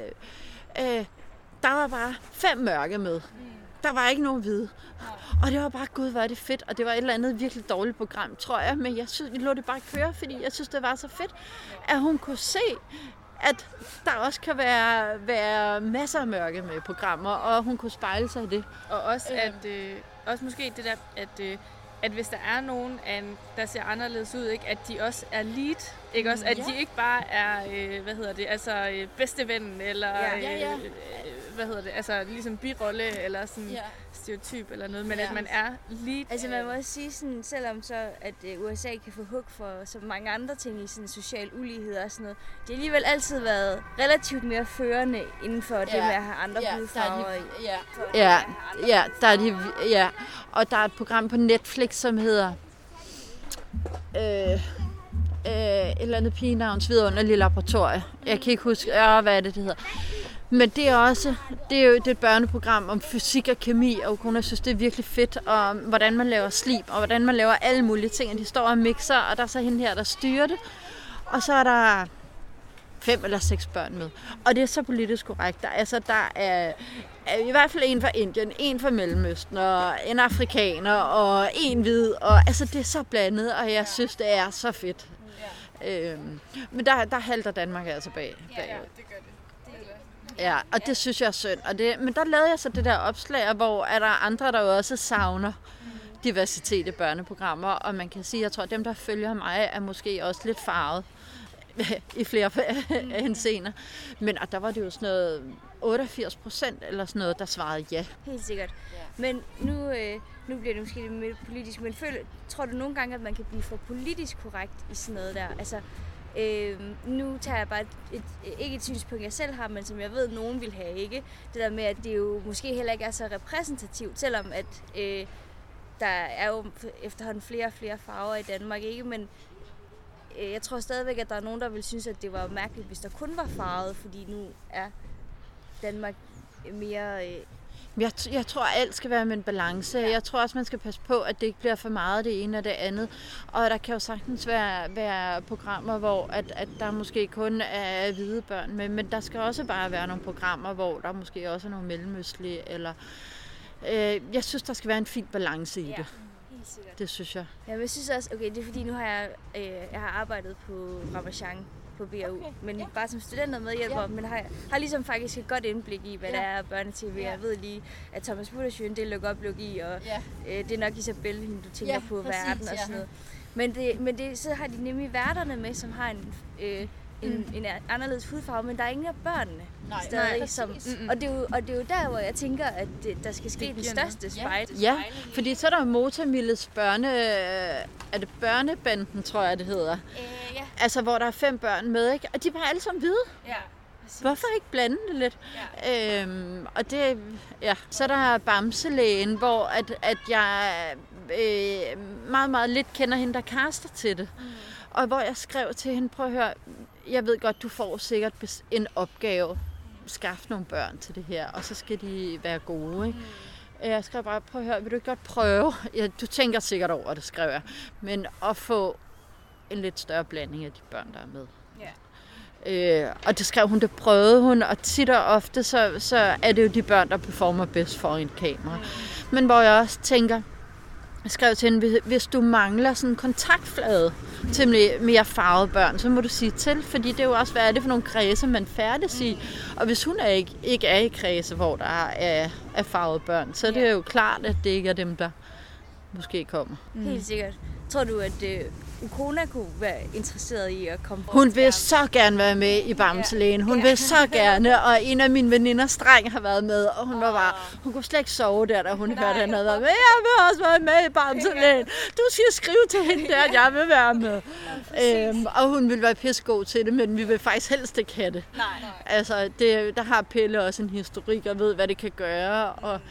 øh, øh, der var bare fem mørke med. Der var ikke nogen hvide. Og det var bare, gud, hvor er det fedt. Og det var et eller andet virkelig dårligt program, tror jeg. Men jeg synes, vi lå det bare køre, fordi jeg synes, det var så fedt, at hun kunne se, at der også kan være, være masser af mørke med programmer, og hun kunne spejle sig i det. Og også, at, øh, også måske det der, at, øh, at hvis der er nogen, der ser anderledes ud, ikke, at de også er lead, ikke også? At ja. de ikke bare er, øh, hvad hedder det, altså øh, bedstevennen, eller ja, ja, ja. Øh, hvad hedder det, altså ligesom birolle, eller sådan ja. stereotyp eller noget, men ja. at man er lead. Altså man må også sige sådan, selvom så, at U S A kan få hug for så mange andre ting i sådan social ulighed og sådan noget, det har alligevel altid været relativt mere førende inden for ja. det med at have andre ja. hudfarver. De, ja, ja, ja, der er de, ja, og der er et program på Netflix, som hedder øh, øh, et eller andet pigenavns vidunderlige laboratorie. Jeg kan ikke huske, øh, hvad er det, det hedder. Men det er også, det er jo det er et børneprogram om fysik og kemi, og Ukona synes, det er virkelig fedt, og hvordan man laver slib, og hvordan man laver alle mulige ting, og de står og mixer, og der er så hende her, der styrer det, og så er der fem eller seks børn med. Og det er så politisk korrekt. Der, altså, der er, er i hvert fald en fra Indien, en fra Mellemøsten, og en afrikaner, og en hvid, og altså, det er så blandet, og jeg synes, det er så fedt. Øhm, men der, der halter Danmark altså bag, bagud. Ja, det gør det. Ja, og det synes jeg er synd. Og det, men der lavede jeg så det der opslag, hvor er der andre, der også savner diversitet i børneprogrammer. Og man kan sige, jeg tror, at dem, der følger mig, er måske også lidt farvet i flere henseender. Men og der var det jo sådan noget otteogfirs procent eller sådan noget, der svarede ja. Helt sikkert. Men nu, øh, nu bliver det måske lidt politisk, men føler, tror du nogle gange, at man kan blive for politisk korrekt i sådan noget der? Altså, Øh, nu tager jeg bare et, et, ikke et synspunkt, jeg selv har, men som jeg ved, nogen vil have, ikke? Det der med, at det jo måske heller ikke er så repræsentativt, selvom at øh, der er jo efterhånden flere og flere farver i Danmark, ikke? Men øh, jeg tror stadigvæk, at der er nogen, der vil synes, at det var mærkeligt, hvis der kun var farvet, fordi nu er Danmark mere... Øh, Jeg, jeg tror, at alt skal være med en balance. Ja. Jeg tror også, man skal passe på, at det ikke bliver for meget det ene og det andet. Og der kan jo sagtens være, være programmer, hvor at, at der måske kun er hvide børn med, men der skal også bare være nogle programmer, hvor der måske også er nogle mellemøstlige. Eller, øh, jeg synes, der skal være en fin balance i ja. det. Det synes jeg. Ja, men jeg synes også, okay, det er fordi, nu har jeg, øh, jeg har arbejdet på Ramasjang på B R U, okay. men ja. bare som student og medhjælper, ja. men har, har ligesom faktisk et godt indblik i, hvad ja. der er børnetv. Ja. Jeg ved lige, at Thomas Budensjøen, det er lukkeoplukke i, og ja. øh, det er nok Isabelle, du tænker ja, på præcis, verden og sådan noget. Ja. Men, det, men det, så har de nemlig værterne med, som har en, øh, en, mm. en anderledes hudfarve, men der er ingen af børnene nej, stadig. nej, som, og, det er jo, og det er jo der, hvor jeg tænker, at det, der skal ske den største spejl. Ja. ja, fordi så er der Motamilles børne... Er det børnebanden, tror jeg, det hedder? Øh, ja. Altså, hvor der er fem børn med, ikke? Og de er bare alle sammen hvide. Ja. Hvorfor ikke blande det lidt? Ja. Øhm, og det, ja. Så er der Bamselægen, hvor at, at jeg øh, meget, meget lidt kender hende, der kaster til det. Mm. Og hvor jeg skrev til hende, prøv at høre, jeg ved godt, du får sikkert en opgave. Skaffe nogle børn til det her, og så skal de være gode, ikke? Mm. Jeg skrev bare, prøv at høre, vil du ikke godt prøve? Ja, du tænker sikkert over det, skrev jeg. Men at få en lidt større blanding af de børn, der er med. Yeah. Øh, og det skrev hun, det prøvede hun, og tit og ofte, så, så er det jo de børn, der performer bedst foran et kamera. Mm. Men hvor jeg også tænker, jeg skrev til hende, hvis du mangler sådan en kontaktflade til mere farvede børn, så må du sige til, fordi det er jo også, hvad er det for nogle kredse, man færdes i. Og hvis hun er ikke, ikke er i kredse, hvor der er, er farvede børn, så er det jo klart, at det ikke er dem, der måske kommer. Mm. Helt sikkert. Tror du, at uh, Ukona kunne være interesseret i at komme på? Hun vil så gerne være med i Bamselægen. Hun vil så gerne, og en af mine veninders dreng har været med, og hun var bare, hun kunne slet ikke sove der, da hun hørte, at han havde været med. Jeg vil også være med i Bamselægen. Du skal skrive til hende der, at jeg vil være med. Øhm, og hun vil være pissegod til det, men vi vil faktisk helst ikke have det. Nej, nej. Altså, det, der har Pelle også en historik og ved, hvad det kan gøre, og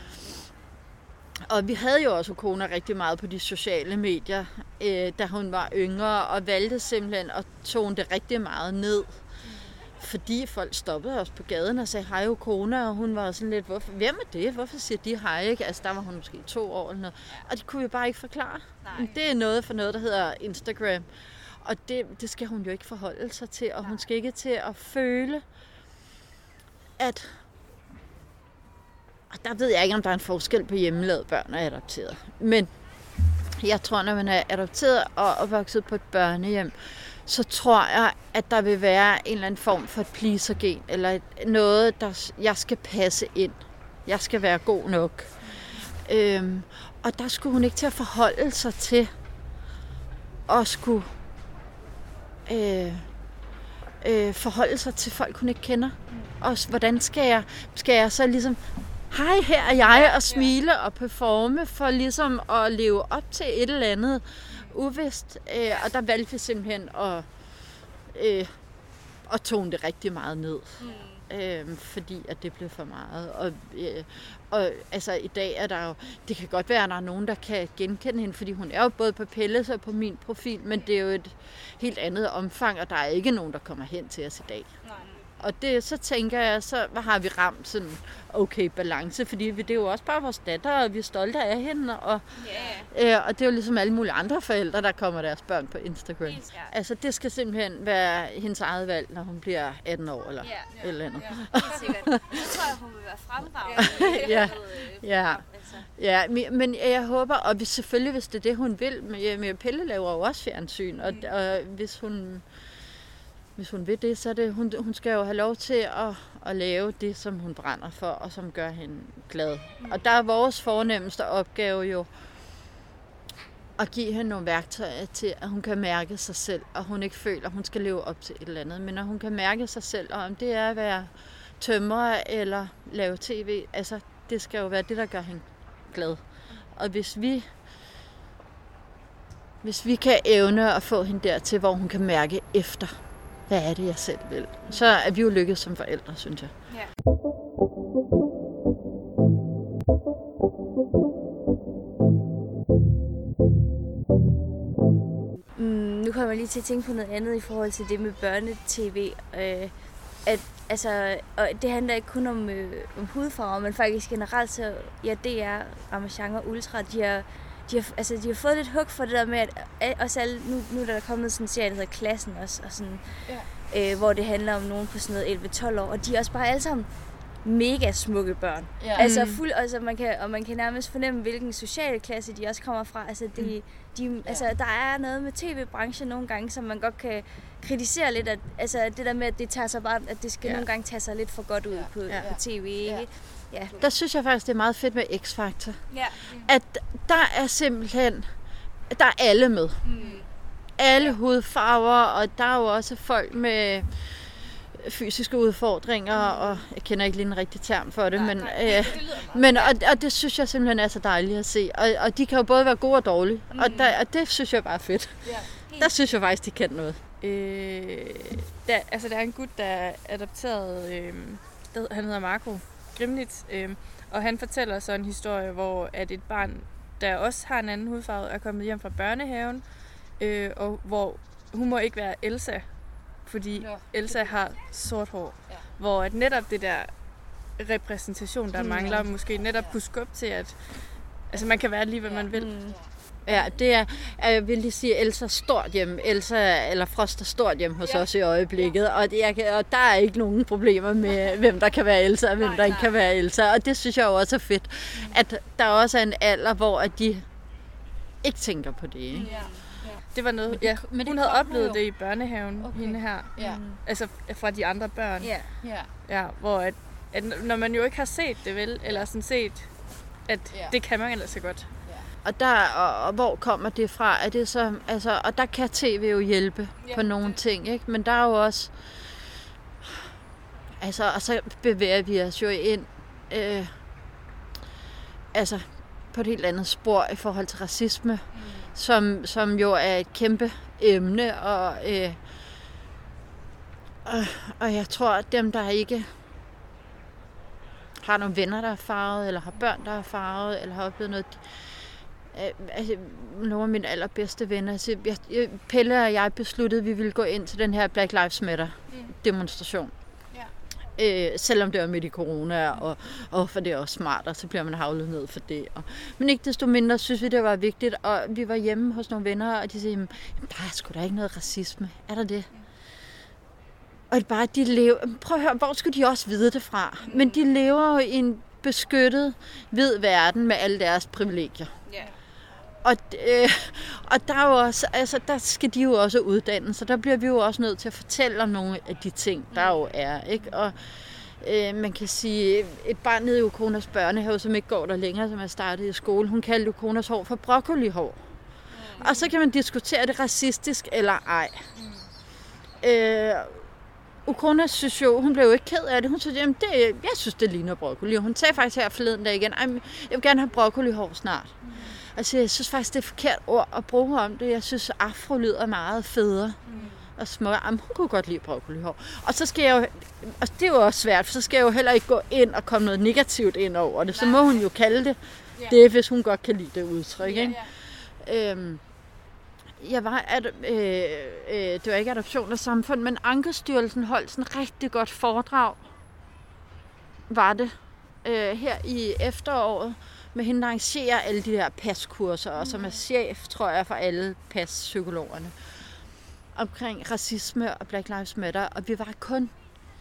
Og vi havde jo også Ukona rigtig meget på de sociale medier, øh, da hun var yngre, og valgte simpelthen at tone det rigtig meget ned. Fordi folk stoppede os på gaden og sagde, hej Ukona, og hun var sådan lidt, hvorfor, hvem er det? Hvorfor siger de hej? Ikke? Altså der var hun måske to år eller noget. Og det kunne vi bare ikke forklare. Nej. Det er noget for noget, der hedder Instagram. Og det, det skal hun jo ikke forholde sig til, og hun skal ikke til at føle, at... Og der ved jeg ikke, om der er en forskel på hjemmelavede børn og adopteret. Men jeg tror, når man er adopteret og, og vokset på et børnehjem, så tror jeg, at der vil være en eller anden form for et pleaser-gen, eller et, noget, der jeg skal passe ind. Jeg skal være god nok. Øhm, og der skulle hun ikke til at forholde sig til at skulle øh, øh, forholde sig til folk, hun ikke kender. Og hvordan skal jeg, skal jeg så ligesom... Hej, her er jeg, og smile og performe for ligesom at leve op til et eller andet uvist. Øh, og der valgte vi simpelthen at, øh, at tone det rigtig meget ned. Mm. Øh, fordi at det blev for meget. Og, øh, og altså i dag er der jo, det kan godt være, at der er nogen, der kan genkende hende, fordi hun er jo både på Pelles og på min profil, men det er jo et helt andet omfang, og der er ikke nogen, der kommer hen til os i dag. Nej. Og det, så tænker jeg, så har vi ramt sådan okay balance, fordi vi, det er jo også bare vores datter, og vi er stolte af hende, og, yeah. øh, og det er jo ligesom alle mulige andre forældre, der kommer deres børn på Instagram. Yes, yeah. Altså det skal simpelthen være hendes eget valg, når hun bliver atten år eller yeah. et eller andet. Ja, helt sikkert. Så tror jeg, hun vil være fremragende. ja, ja. ja, men jeg håber, og hvis, selvfølgelig hvis det er det, hun vil, med, med Pelle laver jo også fjernsyn, og, mm. og hvis hun... Hvis hun vil det, så er det, hun, hun skal jo have lov til at, at lave det, som hun brænder for, og som gør hende glad. Mm. Og der er vores fornemmeste opgave jo at give hende nogle værktøjer til, at hun kan mærke sig selv, og hun ikke føler, at hun skal leve op til et eller andet. Men når hun kan mærke sig selv, og om det er at være tømrer eller lave tv, altså det skal jo være det, der gør hende glad. Og hvis vi, hvis vi kan evne at få hende dertil, hvor hun kan mærke efter, hvad er det, jeg selv vil? Så er vi jo lykkedes som forældre, synes jeg. Ja. Mm, nu kommer jeg lige til at tænke på noget andet i forhold til det med børnetv. Øh, at, altså, og det handler ikke kun om, øh, om hudfarver, men faktisk generelt så, ja, D R, Ramasjang og Ultra, de har, de har, altså, de har fået lidt hug for det der med, at også alle, nu, nu er der kommet sådan en serie, der hedder Klassen også, og sådan, ja. øh, hvor det handler om nogen på sådan noget elleve tolv år, og de er også bare alle sammen mega smukke børn. Ja. Altså fuld, altså man kan, og man kan nærmest fornemme, hvilken sociale klasse de også kommer fra. Altså, de, mm. de, altså ja. Der er noget med tv-branchen nogle gange, som man godt kan kritisere lidt, at altså det der med, at det tager sig bare, at det skal ja. nogle gange tage sig lidt for godt ud ja. på, ja. på tv, ikke? Ja. Ja. Der synes jeg faktisk, det er meget fedt med X-Factor. Ja. At der er simpelthen, der er alle med. Mm. alle hudfarver, og der er jo også folk med fysiske udfordringer, og jeg kender ikke lige en rigtig term for det, nej, men, nej, øh, det men og, og det synes jeg simpelthen er så dejligt at se. Og, og de kan jo både være gode og dårlige, mm. og, der, og det synes jeg bare er fedt. Ja. Der synes jeg faktisk, de kan noget. Øh, der, altså, der er en gut, der er adopteret, øh, der, han hedder Marco Grimnitz, øh, og han fortæller så en historie, hvor at et barn, der også har en anden hudfarve, er kommet hjem fra børnehaven, øh, og hvor hun må ikke være Elsa, fordi ja. Elsa har sort hår, ja. Hvor at netop det der repræsentation, der mm. mangler, måske netop kunne skubbe til, at altså, man kan være lige, hvad man vil. Mm. Ja, det er, jeg vil lige sige, Elsa stort hjem, Elsa eller Frost er stort hjem hos ja. Os i øjeblikket, ja. og, det, jeg, og der er ikke nogen problemer med, hvem der kan være Elsa, og hvem nej, der ikke nej. Kan være Elsa, og det synes jeg jo også er fedt, mm. at der også er en alder, hvor at de ikke tænker på det, ikke? Ja. Det var noget, ja, men hun havde oplevet jo. Det i børnehaven, okay. hende her. Ja. Altså fra de andre børn. Ja. Ja. Ja, hvor at, at når man jo ikke har set det vel, eller sådan set, at ja. Det kan man ellers så godt. Ja. Og der, og, og hvor kommer det fra? Er det så, altså, og der kan tv jo hjælpe ja. På nogle ting, ikke? Men der er jo også, altså, og så bevæger vi os jo ind, øh, altså på et helt andet spor i forhold til racisme. Mm. Som, som jo er et kæmpe emne, og, øh, og, og jeg tror, at dem, der ikke har nogle venner, der er farvet, eller har børn, der er farvet, eller har oplevet noget, øh, altså, nogle af mine allerbedste venner, altså, jeg, Pelle og jeg besluttede, at vi ville gå ind til den her Black Lives Matter demonstration. Øh, selvom det var midt i corona, og, og for det er også smart, og så bliver man havlet ned for det. Og, men ikke desto mindre synes vi, det var vigtigt, og vi var hjemme hos nogle venner, og de sagde, jamen, der er sgu da ikke noget racisme. Er der det? Og det bare, de lever, prøv at høre, hvor skulle de også vide det fra? Men de lever jo i en beskyttet, hvid verden med alle deres privilegier. Yeah. Og, øh, og der, er jo også, altså, der skal de jo også uddanne, så der bliver vi jo også nødt til at fortælle om nogle af de ting, der jo er. Ikke? Og øh, man kan sige, et barn nede i Ukonas børnehave, som ikke går der længere, som er startet i skole, hun kaldte Ukonas hår for broccolihår. Mm. Og så kan man diskutere det racistisk eller ej. Mm. Øh, Ukona synes jo, hun blev jo ikke ked af det. Hun sagde, jamen det, jeg synes, det ligner broccoli. Og hun sagde faktisk her forleden dag igen, jeg vil gerne have broccolihår snart. Mm. Altså, jeg synes faktisk, det er et forkert ord at bruge om det. Jeg synes, afro lyder meget federe mm. og smukkere. Jamen, hun kunne godt lide broccolihår. Og så skal jeg jo, og det er jo også svært, for så skal jeg jo heller ikke gå ind og komme noget negativt ind over det. Så må hun jo kalde det yeah. det, hvis hun godt kan lide det udtryk. Yeah, yeah. Øhm, jeg var, at, øh, øh, det var ikke Adoption og Samfund, men Ankestyrelsen holdt sådan et rigtig godt foredrag, var det, øh, her i efteråret, med hende, der arrangerer alle de der paskurser, og som er chef, tror jeg, for alle paspsykologerne, omkring racisme og Black Lives Matter, og vi var kun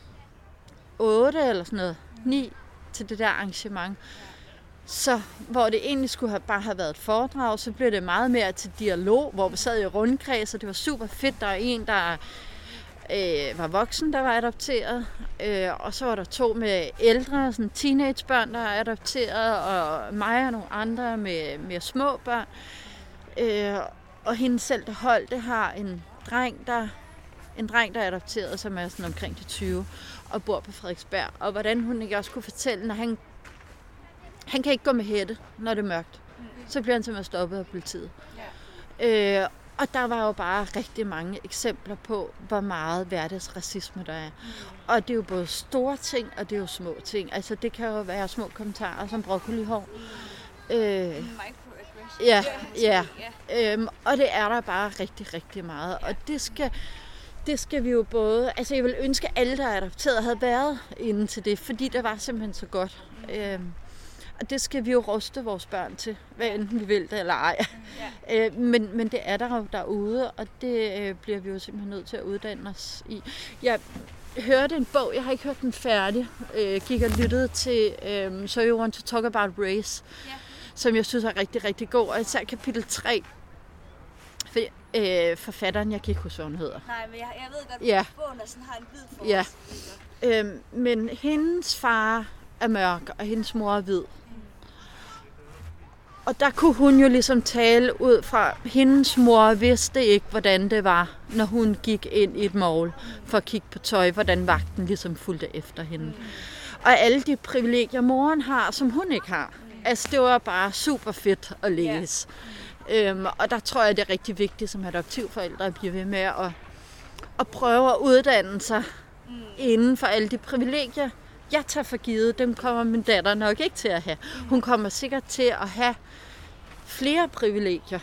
otte eller sådan noget, ni til det der arrangement. Så hvor det egentlig skulle have, bare have været et foredrag, så blev det meget mere til dialog, hvor vi sad i rundkreds, og det var super fedt. Der var en, der øh, var voksen, der var adopteret, øh, og så var der to med ældre, sådan teenagebørn, der er adopteret, og mig og nogle andre med, med små børn. Øh, og hende selv, der holdt det, har en dreng, der, en dreng, der er adopteret, som er sådan omkring de tyve, og bor på Frederiksberg. Og hvordan hun ikke også kunne fortælle, når han Han kan ikke gå med hætte, når det er mørkt. Så bliver han simpelthen stoppet af politiet. Yeah. Øh, og der var jo bare rigtig mange eksempler på, hvor meget hverdagsracisme der er. Mm. Og det er jo både store ting, og det er jo små ting. Altså det kan jo være små kommentarer som broccolihår. Mm. Øh, ja, ja. Øhm, og det er der bare rigtig, rigtig meget. Og det skal... Det skal vi jo både... Altså, jeg vil ønske, at alle, der er adopteret, havde været inde til det, fordi det var simpelthen så godt. Mm. Øhm, Og det skal vi jo ruste vores børn til, hvad enten vi vil det eller ej. Ja. men, men det er der jo derude, og det øh, bliver vi jo simpelthen nødt til at uddanne os i. Jeg hørte en bog, jeg har ikke hørt den færdig, øh, gik og lyttede til øh, So You Want to Talk About Race, ja. Som jeg synes er rigtig, rigtig god, og især kapitel tre. For, øh, forfatteren, jeg kan ikke huske, hvad hun hedder. Nej, men jeg, jeg ved godt, at ja. Bogen sådan har en hvid for ja. øh, Men hendes far er mørk, og hendes mor er hvid. Og der kunne hun jo ligesom tale ud fra, hendes mor vidste ikke, hvordan det var, når hun gik ind i et mall for at kigge på tøj, hvordan vagten ligesom fulgte efter hende. Og alle de privilegier, moren har, som hun ikke har. Altså, det var bare super fedt at læse. Yeah. Øhm, og der tror jeg, det er rigtig vigtigt som adoptivforældre at blive ved med at, at prøve at uddanne sig mm. inden for alle de privilegier, jeg tager for givet. Dem kommer min datter nok ikke til at have. Hun kommer sikkert til at have flere privilegier.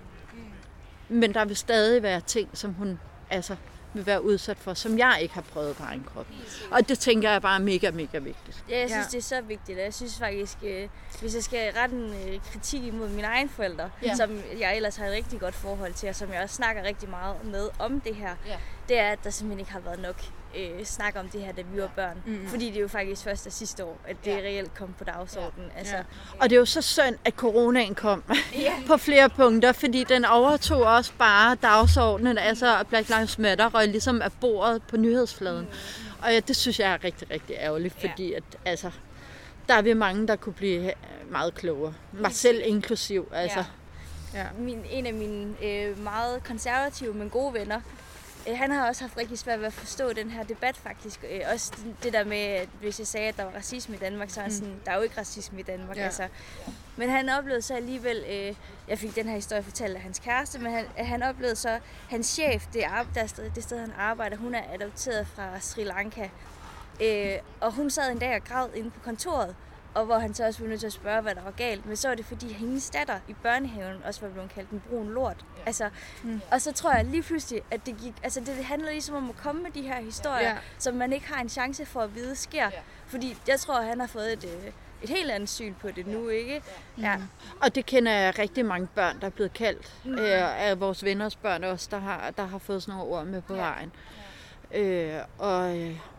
Men der vil stadig være ting, som hun altså vil være udsat for, som jeg ikke har prøvet på egen krop. Og det tænker jeg bare er mega, mega vigtigt. Ja, jeg synes, ja. det er så vigtigt. Jeg synes faktisk, hvis jeg skal rette en kritik imod mine egne forældre, ja. som jeg ellers har et rigtig godt forhold til, og som jeg også snakker rigtig meget med om det her, ja. det er, at der simpelthen ikke har været nok øh, snak om det her, da vi var børn. Mm-hmm. Fordi det er jo faktisk først af sidste år, at det ja. reelt kom på dagsordenen. Ja. Altså. Ja. Og det er jo så synd, at coronaen kom ja. på flere punkter, fordi den overtog også bare dagsordenen, altså at Black Lives Matter røg ligesom af bordet på nyhedsfladen. Mm-hmm. Og ja, det synes jeg er rigtig, rigtig ærgerligt, fordi at, altså, der er vi mange, der kunne blive meget klogere. Mig selv inklusiv. Altså. Ja. Ja. Min, en af mine øh, meget konservative, men gode venner, øh, han har også haft rigtig svært ved at forstå den her debat faktisk. Øh, også det der med, at hvis jeg sagde, at der var racisme i Danmark, så er han sådan, mm. der er jo ikke racisme i Danmark. Ja. Altså. Men han oplevede så alligevel, øh, jeg fik den her historie fortalt af hans kæreste, men han, han oplevede så, hans chef, det, der sted, det sted han arbejder, hun er adopteret fra Sri Lanka. Øh, og hun sad en dag og græd inde på kontoret, og hvor han så også var nødt til at spørge, hvad der var galt. Men så var det, fordi hendes datter i børnehaven også var blevet kaldt en brun lort. Ja. Altså, mm. Og så tror jeg lige pludselig, at det gik... Altså, det, det handler ligesom om at komme med de her historier, ja. som man ikke har en chance for at vide sker. Ja. Fordi jeg tror, at han har fået et, et helt andet syn på det nu, ikke? Ja. Mm. Og det kender jeg rigtig mange børn, der er blevet kaldt. Mm. Øh, af vores venners børn også, der har, der har fået sådan nogle ord med på ja. vejen. Ja. Øh, og,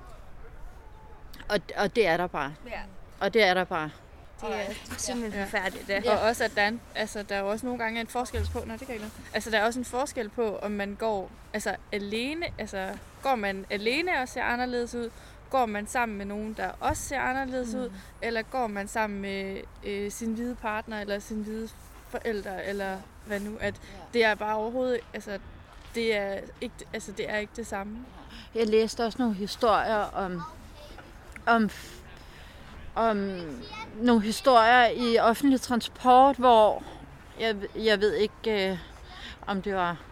og, og det er der bare. Ja. Og det er der bare. Det er simpelthen forfærdeligt. Ja. Ja. Og også, at der er, altså, der er også nogle gange en forskel på, når det kan ikke altså, der er også en forskel på, om man går altså, alene, altså, går man alene og ser anderledes ud, går man sammen med nogen, der også ser anderledes mm. ud, eller går man sammen med øh, sin hvide partner, eller sin hvide forældre, eller hvad nu, at det er bare overhovedet, altså, det er ikke, altså, det er ikke det samme. Jeg læste også nogle historier om, om om nogle historier i offentlig transport, hvor jeg, jeg ved ikke, øh, om det var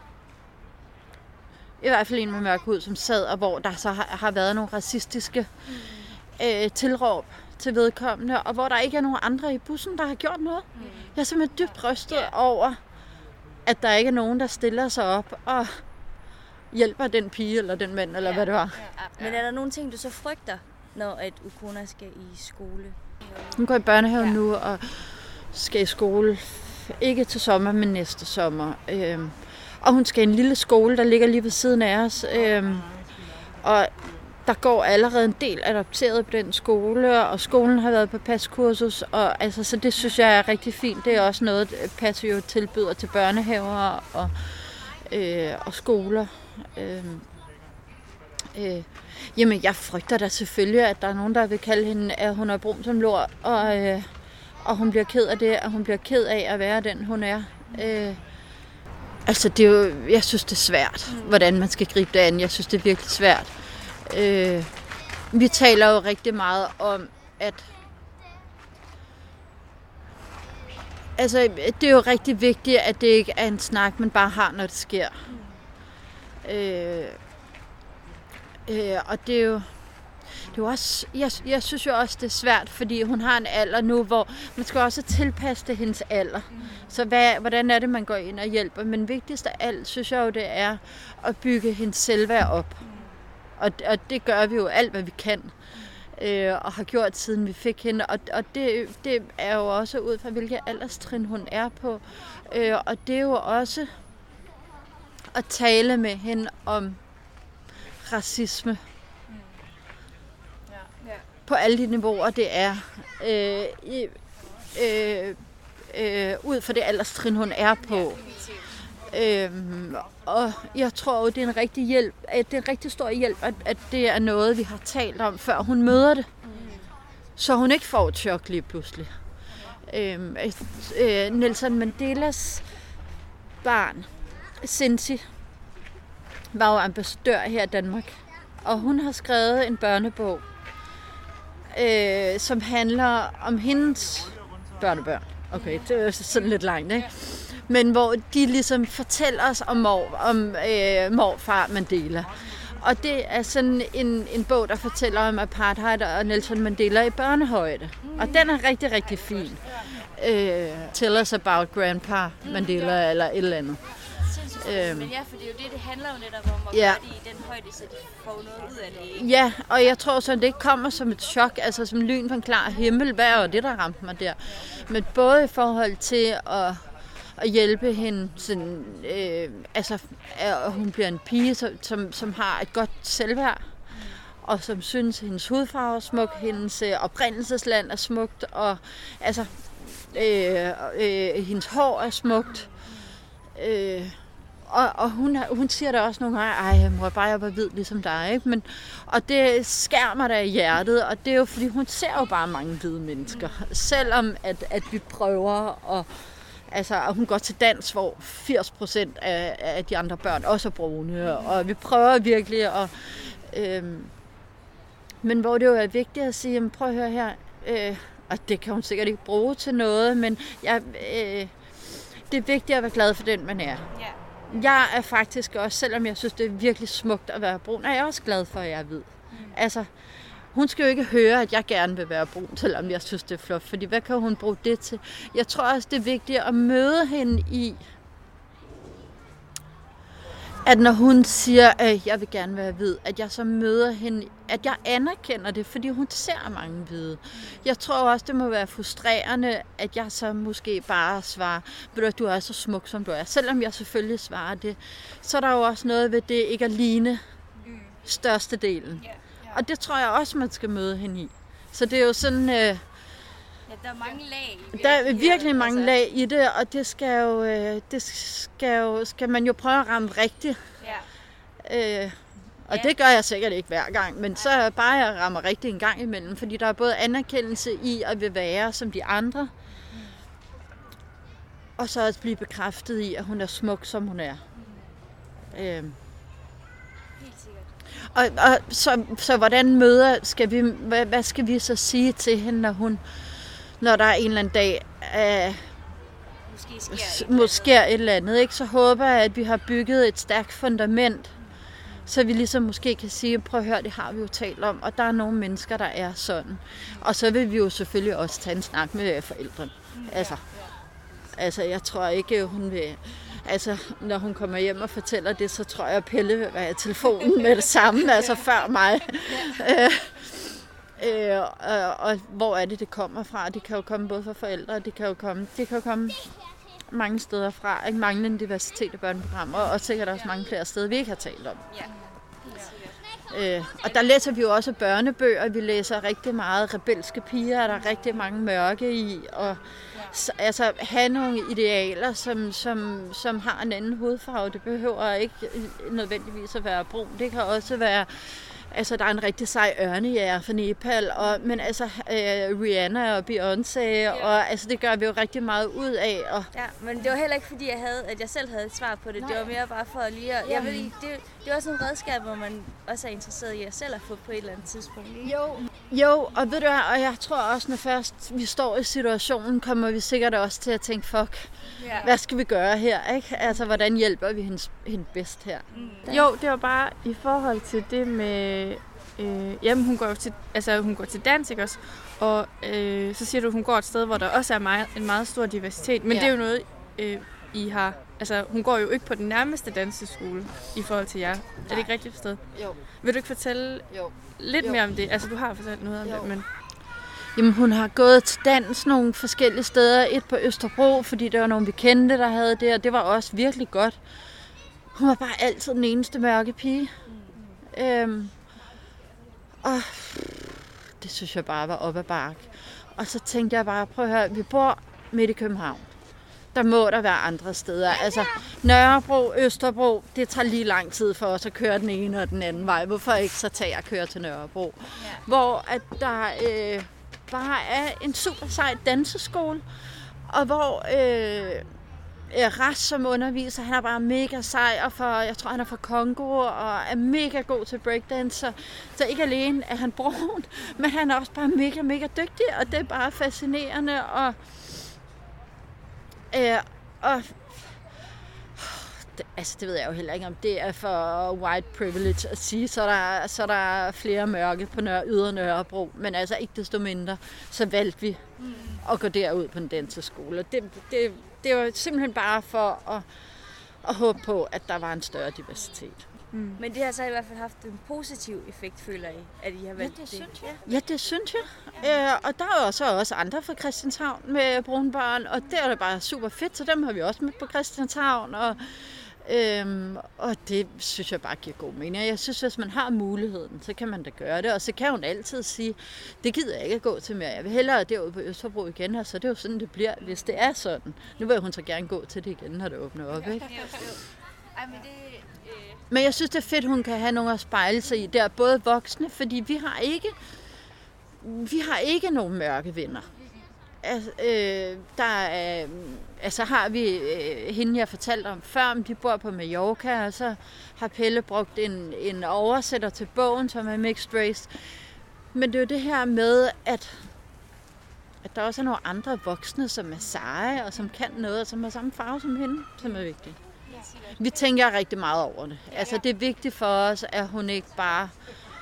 i hvert fald en med mørk hud, som sad, og hvor der så har, har været nogle racistiske øh, tilråb til vedkommende, og hvor der ikke er nogen andre i bussen, der har gjort noget. Jeg er simpelthen dybt rystet over, at der ikke er nogen, der stiller sig op og hjælper den pige, eller den mand, eller ja. hvad det var. Ja. Men er der nogle ting, du så frygter, når at Ukona skal i skole? Hun går i børnehave ja. nu og skal i skole, ikke til sommer, men næste sommer. Øhm, og hun skal i en lille skole, der ligger lige ved siden af os. Øhm, og der går allerede en del adopteret på den skole, og skolen har været på paskursus. Og, altså, så det synes jeg er rigtig fint. Det er også noget, PAS jo tilbyder til børnehaver og, øh, og skoler. Øhm, øh, Jamen, jeg frygter da selvfølgelig, at der er nogen, der vil kalde hende, at hun er brun som lort, og, øh, og hun bliver ked af det, og hun bliver ked af at være den, hun er. Øh, altså, det er jo, jeg synes, det er svært, hvordan man skal gribe det an. Jeg synes, det er virkelig svært. Øh, vi taler jo rigtig meget om, at altså, det er jo rigtig vigtigt, at det ikke er en snak, man bare har, når det sker. Øh, Øh, og det er jo, det er jo også, jeg, jeg synes jo også, det er svært, fordi hun har en alder nu, hvor man skal også tilpasse det hendes alder. Mm. Så hvad, hvordan er det, man går ind og hjælper? Men vigtigst af alt, synes jeg jo, det er at bygge hendes selvværd op. Mm. Og, og det gør vi jo alt, hvad vi kan, øh, og har gjort, siden vi fik hende. Og, og det, det er jo også ud fra, hvilke alderstrin hun er på. Øh, og det er jo også at tale med hende om racisme. Mm. Ja. Ja. På alle de niveauer, det er. Øh, i, øh, øh, ud fra det alderstrin, hun er på. Ja, øhm, og jeg tror jo, det er en rigtig hjælp, at det er en rigtig stor hjælp, at, at det er noget, vi har talt om, før hun møder det. Mm. Så hun ikke får et chok lige pludselig. Øh, øh, Nelson Mandelas barn, Cindy, var jo ambassadør her i Danmark. Og hun har skrevet en børnebog, øh, som handler om hendes børnebørn. Okay, det er sådan lidt langt, ikke? Men hvor de ligesom fortæller os om, mor, om øh, morfar Mandela. Og det er sådan en, en bog, der fortæller om apartheid og Nelson Mandela i børnehøjde. Og den er rigtig, rigtig fin. Øh, tell us about Grandpa Mandela eller et eller andet. Øhm. Men ja, for det er jo det, det handler jo netop om at ja. gøre det i den højde, så de får noget ud af det, ikke? Ja, og jeg tror så, det ikke kommer som et chok, altså som lyn på en klar himmel. Hvad er det, der ramte mig der? Men både i forhold til at, at hjælpe hende, sådan, øh, altså at hun bliver en pige, som, som har et godt selvværd, og som synes, hendes hudfarve er smuk, hendes øh, oprindelsesland er smukt, og altså, øh, øh, hendes hår er smukt. Øh, Og, og hun, hun siger da også nogle gange, ej, jeg må bare jeg var hvid ligesom dig, ikke? Men, og det skærer mig da i hjertet, og det er jo fordi, hun ser jo bare mange hvide mennesker. Selvom at, at vi prøver, og, altså, at hun går til dans, hvor firs procent af, af de andre børn også er brune, og vi prøver virkelig at... Øhm, men hvor det jo er vigtigt at sige, jamen, prøv at høre her, øh, og det kan hun sikkert ikke bruge til noget, men jeg, øh, det er vigtigt at være glad for den, man er. Jeg er faktisk også, selvom jeg synes, det er virkelig smukt at være brun, er jeg også glad for, at jeg er hvid. Mm. Altså, hun skal jo ikke høre, at jeg gerne vil være brun, selvom jeg synes, det er flot. Fordi hvad kan hun bruge det til? Jeg tror også, det er vigtigt at møde hende i, at når hun siger, at jeg vil gerne være hvid, at jeg så møder hende, at jeg anerkender det, fordi hun ser mange hvide. Jeg tror også, det må være frustrerende, at jeg så måske bare svarer, ved du, at du er så smuk, som du er. Selvom jeg selvfølgelig svarer det, så er der jo også noget ved det ikke at ligne størstedelen. Og det tror jeg også, man skal møde hende i. Så det er jo sådan... Øh, ja, der er mange lag i det. Der er virkelig mange altså. lag i det, og det skal jo, øh, det skal jo, skal man jo prøve at ramme rigtigt. Ja. Øh, og ja. Det gør jeg sikkert ikke hver gang, men så er bare, jeg rammer rigtigt en gang imellem, fordi der er både anerkendelse i at vil være som de andre, mm. og så også blive bekræftet i, at hun er smuk, som hun er. Mm. Øh. Og, og så, så hvordan møder, skal vi, hvad, hvad skal vi så sige til hende, når hun, når der er en eller anden dag, øh, måske sker, et, måske sker et eller andet, ikke? Så håber jeg, at vi har bygget et stærkt fundament, så vi ligesom måske kan sige, prøv at høre, det har vi jo talt om, og der er nogle mennesker, der er sådan. Og så vil vi jo selvfølgelig også tage en snak med forældrene. Altså, altså jeg tror ikke, hun vil... Altså, når hun kommer hjem og fortæller det, så tror jeg, at Pelle vil være i telefonen med det samme, altså før mig. øh, øh, og, og hvor er det, det kommer fra? Det kan jo komme både fra forældre, og det kan jo komme, det kan jo komme mange steder fra. Ikke? Manglende diversitet i børneprogrammer, og sikkert også mange flere steder, vi ikke har talt om. Øh, og der læser vi jo også børnebøger, vi læser rigtig meget rebelske piger, der er rigtig mange mørke i, og altså have nogle idealer, som, som, som har en anden hudfarve. Det behøver ikke nødvendigvis at være brun. Det kan også være, altså der er en rigtig sej ørnejæger fra Nepal, og, men altså øh, Rihanna og Beyoncé, ja. Og altså det gør vi jo rigtig meget ud af. Og ja, men det var heller ikke fordi, jeg havde, at jeg selv havde et svar på det. Nej. Det var mere bare for at lige at, jeg ved, det, det er også en redskab, hvor man også er interesseret i at selv at få på et eller andet tidspunkt. Ikke? Jo. Jo, og ved du hvad, og jeg tror også, når først vi står i situationen, kommer vi sikkert også til at tænke, fuck, ja. Hvad skal vi gøre her, ikke? Altså, hvordan hjælper vi hende, hende bedst her? Mm. Jo, det var bare i forhold til det med, øh, jamen hun går jo til, altså hun går til dans, ikke også? Og øh, så siger du, hun går et sted, hvor der også er meget, en meget stor diversitet, men ja. Det er jo noget, øh, I har, altså hun går jo ikke på den nærmeste danseskole i forhold til jer. Nej. Er det ikke rigtigt forstået? Jo. Vil du ikke fortælle jo. lidt jo. mere om det? Altså du har fortalt noget om jo. det, men... Jamen hun har gået til dans nogle forskellige steder. Et på Østerbro, fordi det var nogle vi kendte, der havde det, og det var også virkelig godt. Hun var bare altid den eneste mørke pige. Mm. Øhm, og det synes jeg bare var op ad bakke. Og så tænkte jeg bare, prøv at høre, vi bor midt i København. Der må der være andre steder. Altså Nørrebro, Østerbro, det tager lige lang tid for os at køre den ene og den anden vej. Hvorfor ikke så tage og køre til Nørrebro? Ja. Hvor at der øh, bare er en super sej danseskole, og hvor øh, Ras som underviser, han er bare mega sej, og for, jeg tror han er fra Congo, og er mega god til breakdance, så, så ikke alene er han brun, men han er også bare mega, mega dygtig, og det er bare fascinerende, og, øh, og det, altså det ved jeg jo heller ikke, om det er for white privilege at sige, så der, så der er flere mørke på Nør- Ydre Nørrebro, men altså ikke desto mindre, så valgte vi mm. at gå derud på en danseskole. Det, det, det var simpelthen bare for at, at håbe på, at der var en større diversitet. Mm. Men det har så i hvert fald haft en positiv effekt, føler I, at I har valgt ja, det. det? Synes jeg. Ja, det synes jeg. Ja. Øh, og der er jo så også andre fra Christianshavn med brune børn, og det er da bare super fedt, så dem har vi også med på Christianshavn. Og, øhm, og det synes jeg bare giver god mening. Jeg synes, hvis man har muligheden, så kan man da gøre det. Og så kan hun altid sige, det gider jeg ikke at gå til mere. Jeg vil hellere derude på Østerbro igen, og så er det jo sådan, det bliver, hvis det er sådan. Nu vil hun så gerne gå til det igen, når det åbner op, ikke? Ej, men det... Men jeg synes, det er fedt, hun kan have nogle at spejle sig i. Det er både voksne, fordi vi har ikke, vi har ikke nogen mørke venner. Altså, øh, der er, altså har vi øh, hende, jeg fortalte om før, de bor på Mallorca, og så har Pelle brugt en, en oversætter til bogen, som er mixed race. Men det er jo det her med, at, at der også er nogle andre voksne, som er seje, og som kan noget, og som har samme farve som hende, som er vigtigt. Vi tænker rigtig meget over det. Altså, det er vigtigt for os, at hun ikke bare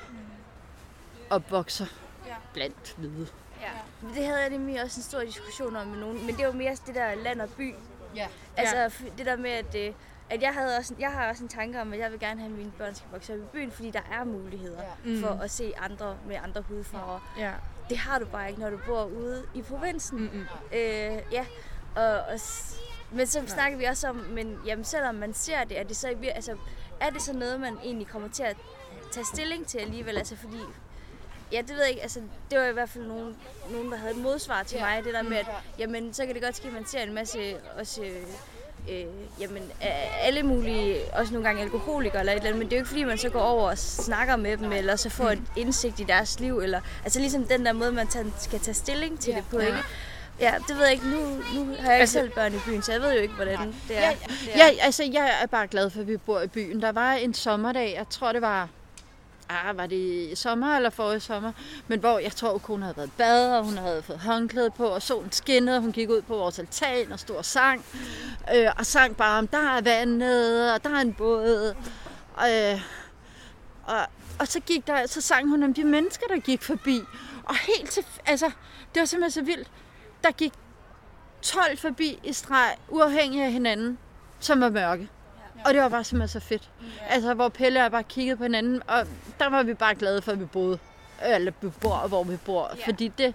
opvokser blandt hvide. Ja. Det havde jeg nemlig også en stor diskussion om med nogen, men det var mere det der land og by. Ja. Altså det der med, at, at jeg, havde også, jeg har også en tanke om, at jeg vil gerne have, at mine børn skal vokse op i byen, fordi der er muligheder ja. for at se andre med andre hudfarver. Ja. Det har du bare ikke, når du bor ude i provinsen. Mm-hmm. Øh, ja, og, og men så snakker vi også om, men jamen, selvom man ser det, er det så, altså, er det så noget, man egentlig kommer til at tage stilling til alligevel? Altså fordi, ja, det ved jeg ikke, altså det var i hvert fald nogen, nogen der havde et modsvar til mig, det der med, at jamen, så kan det godt ske, at man ser en masse også, øh, jamen, alle mulige, også nogle gange alkoholikere eller et eller andet, men det er jo ikke fordi, man så går over og snakker med dem, eller så får et indsigt i deres liv, eller altså ligesom den der måde, man tager, skal tage stilling til det på, ikke? Ja, det ved jeg ikke. Nu, nu har jeg ikke altså, selv børn i byen, så jeg ved jo ikke, hvordan det er. Ja, ja, altså jeg er bare glad for, at vi bor i byen. Der var en sommerdag, jeg tror det var, ah, var det i sommer eller forrige sommer, men hvor jeg tror, at hun havde været bad, og hun havde fået håndklæde på, og solen skinnede, og hun gik ud på vores altan og stod og sang, øh, og sang bare om, der er vand nede, og der er en båd. Øh, og, og så, gik der, så sang hun om de mennesker, der gik forbi. Og helt til, altså, det var simpelthen så vildt. Der gik tolv forbi i streg, uafhængig af hinanden, som var mørke. Og det var bare simpelthen så fedt. Altså, hvor Pelle og bare kiggede på hinanden, og der var vi bare glade for, at vi boede, eller vi bor, hvor vi bor. Ja. Fordi det,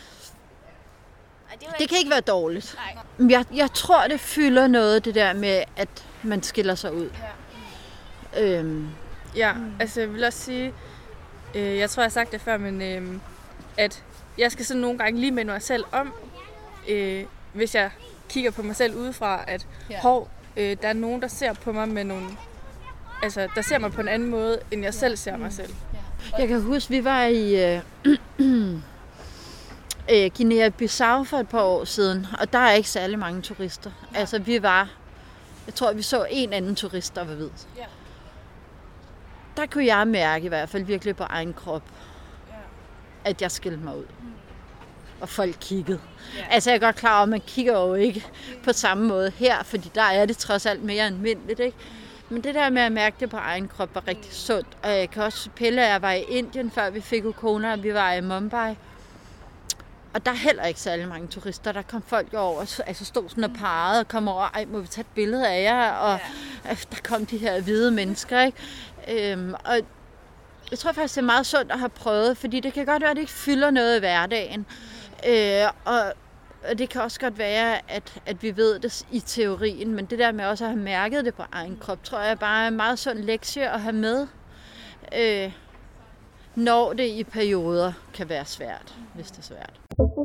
det kan ikke være dårligt. Jeg, jeg tror, det fylder noget, det der med, at man skiller sig ud. Ja, øhm. ja altså jeg vil også sige, øh, jeg tror, jeg har sagt det før, men øh, at jeg skal sådan nogle gange lige minde mig selv om, øh, hvis jeg kigger på mig selv udefra, at ja. hov, øh, der er nogen, der ser på mig med nogle, altså der ser mig på en anden måde, end jeg ja. selv ser mig selv. Ja. Jeg kan huske, vi var i øh, øh, Guinea-Bissau for et par år siden, og der er ikke særlig mange turister. Ja. Altså vi var, jeg tror, vi så en anden turist, der var hvid. Ja. Der kunne jeg mærke i hvert fald virkelig på egen krop, ja. at jeg skilte mig ud. Og folk kiggede. Yeah. Altså jeg er godt klar over, at man kigger jo ikke på samme måde her, fordi der er det trods alt mere almindeligt, ikke? Men det der med at mærke det på egen krop var rigtig sundt. Og jeg kan også Pelle, at jeg var i Indien, før vi fik Ukona, og vi var i Mumbai. Og der er heller ikke særlig mange turister. Der kom folk over, altså stod sådan og pegede og kom over, ej, må vi tage et billede af jer? Og yeah. der kom de her hvide mennesker, ikke? Øhm, og jeg tror faktisk, det er meget sundt at have prøvet, fordi det kan godt være, at det ikke fylder noget i hverdagen. Øh, og, og det kan også godt være, at, at vi ved det i teorien, men det der med også at have mærket det på egen krop, tror jeg bare er en meget sund lektie at have med, øh, når det i perioder kan være svært, hvis det er svært.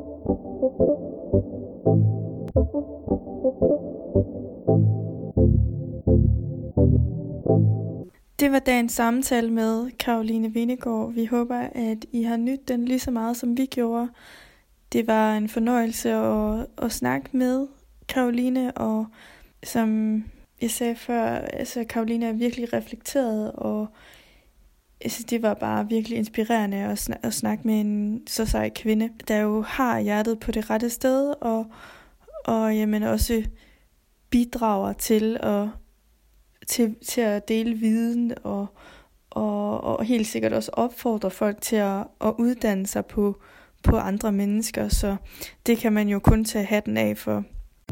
Det var dagens samtale med Caroline Vindegaard. Vi håber, at I har nydt den lige så meget, som vi gjorde. Det var en fornøjelse at, at snakke med Caroline, og som jeg sagde før, altså Caroline er virkelig reflekteret, og altså, det var bare virkelig inspirerende at, snak- at snakke med en så sej kvinde, der jo har hjertet på det rette sted, og, og jamen også bidrager til at, til, til at dele viden, og, og, og helt sikkert også opfordre folk til at, at uddanne sig på, på andre mennesker, så det kan man jo kun tage hatten af for.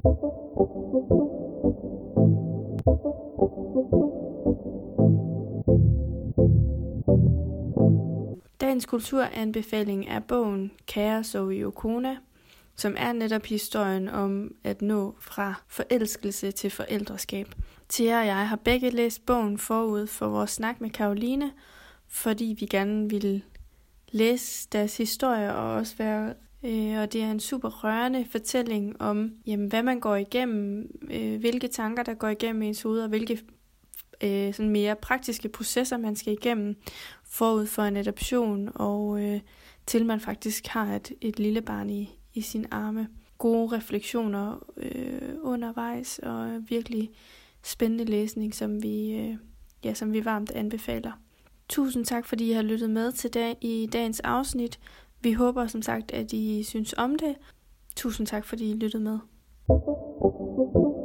Dagens kulturanbefaling er bogen Kære Zoe Okona, som er netop historien om at nå fra forelskelse til forældreskab. Thea og jeg har begge læst bogen forud for vores snak med Caroline, fordi vi gerne ville læse deres historie og også være, øh, og det er en super rørende fortælling om, jamen, hvad man går igennem, øh, hvilke tanker der går igennem ens hoved, og hvilke øh, sådan mere praktiske processer man skal igennem forud for en adoption, og øh, til man faktisk har et, et lille barn i, i sin arme. Gode refleksioner øh, undervejs, og virkelig spændende læsning, som vi, øh, ja, som vi varmt anbefaler. Tusind tak, fordi I har lyttet med til dag, i dagens afsnit. Vi håber som sagt, at I synes om det. Tusind tak, fordi I lyttede med.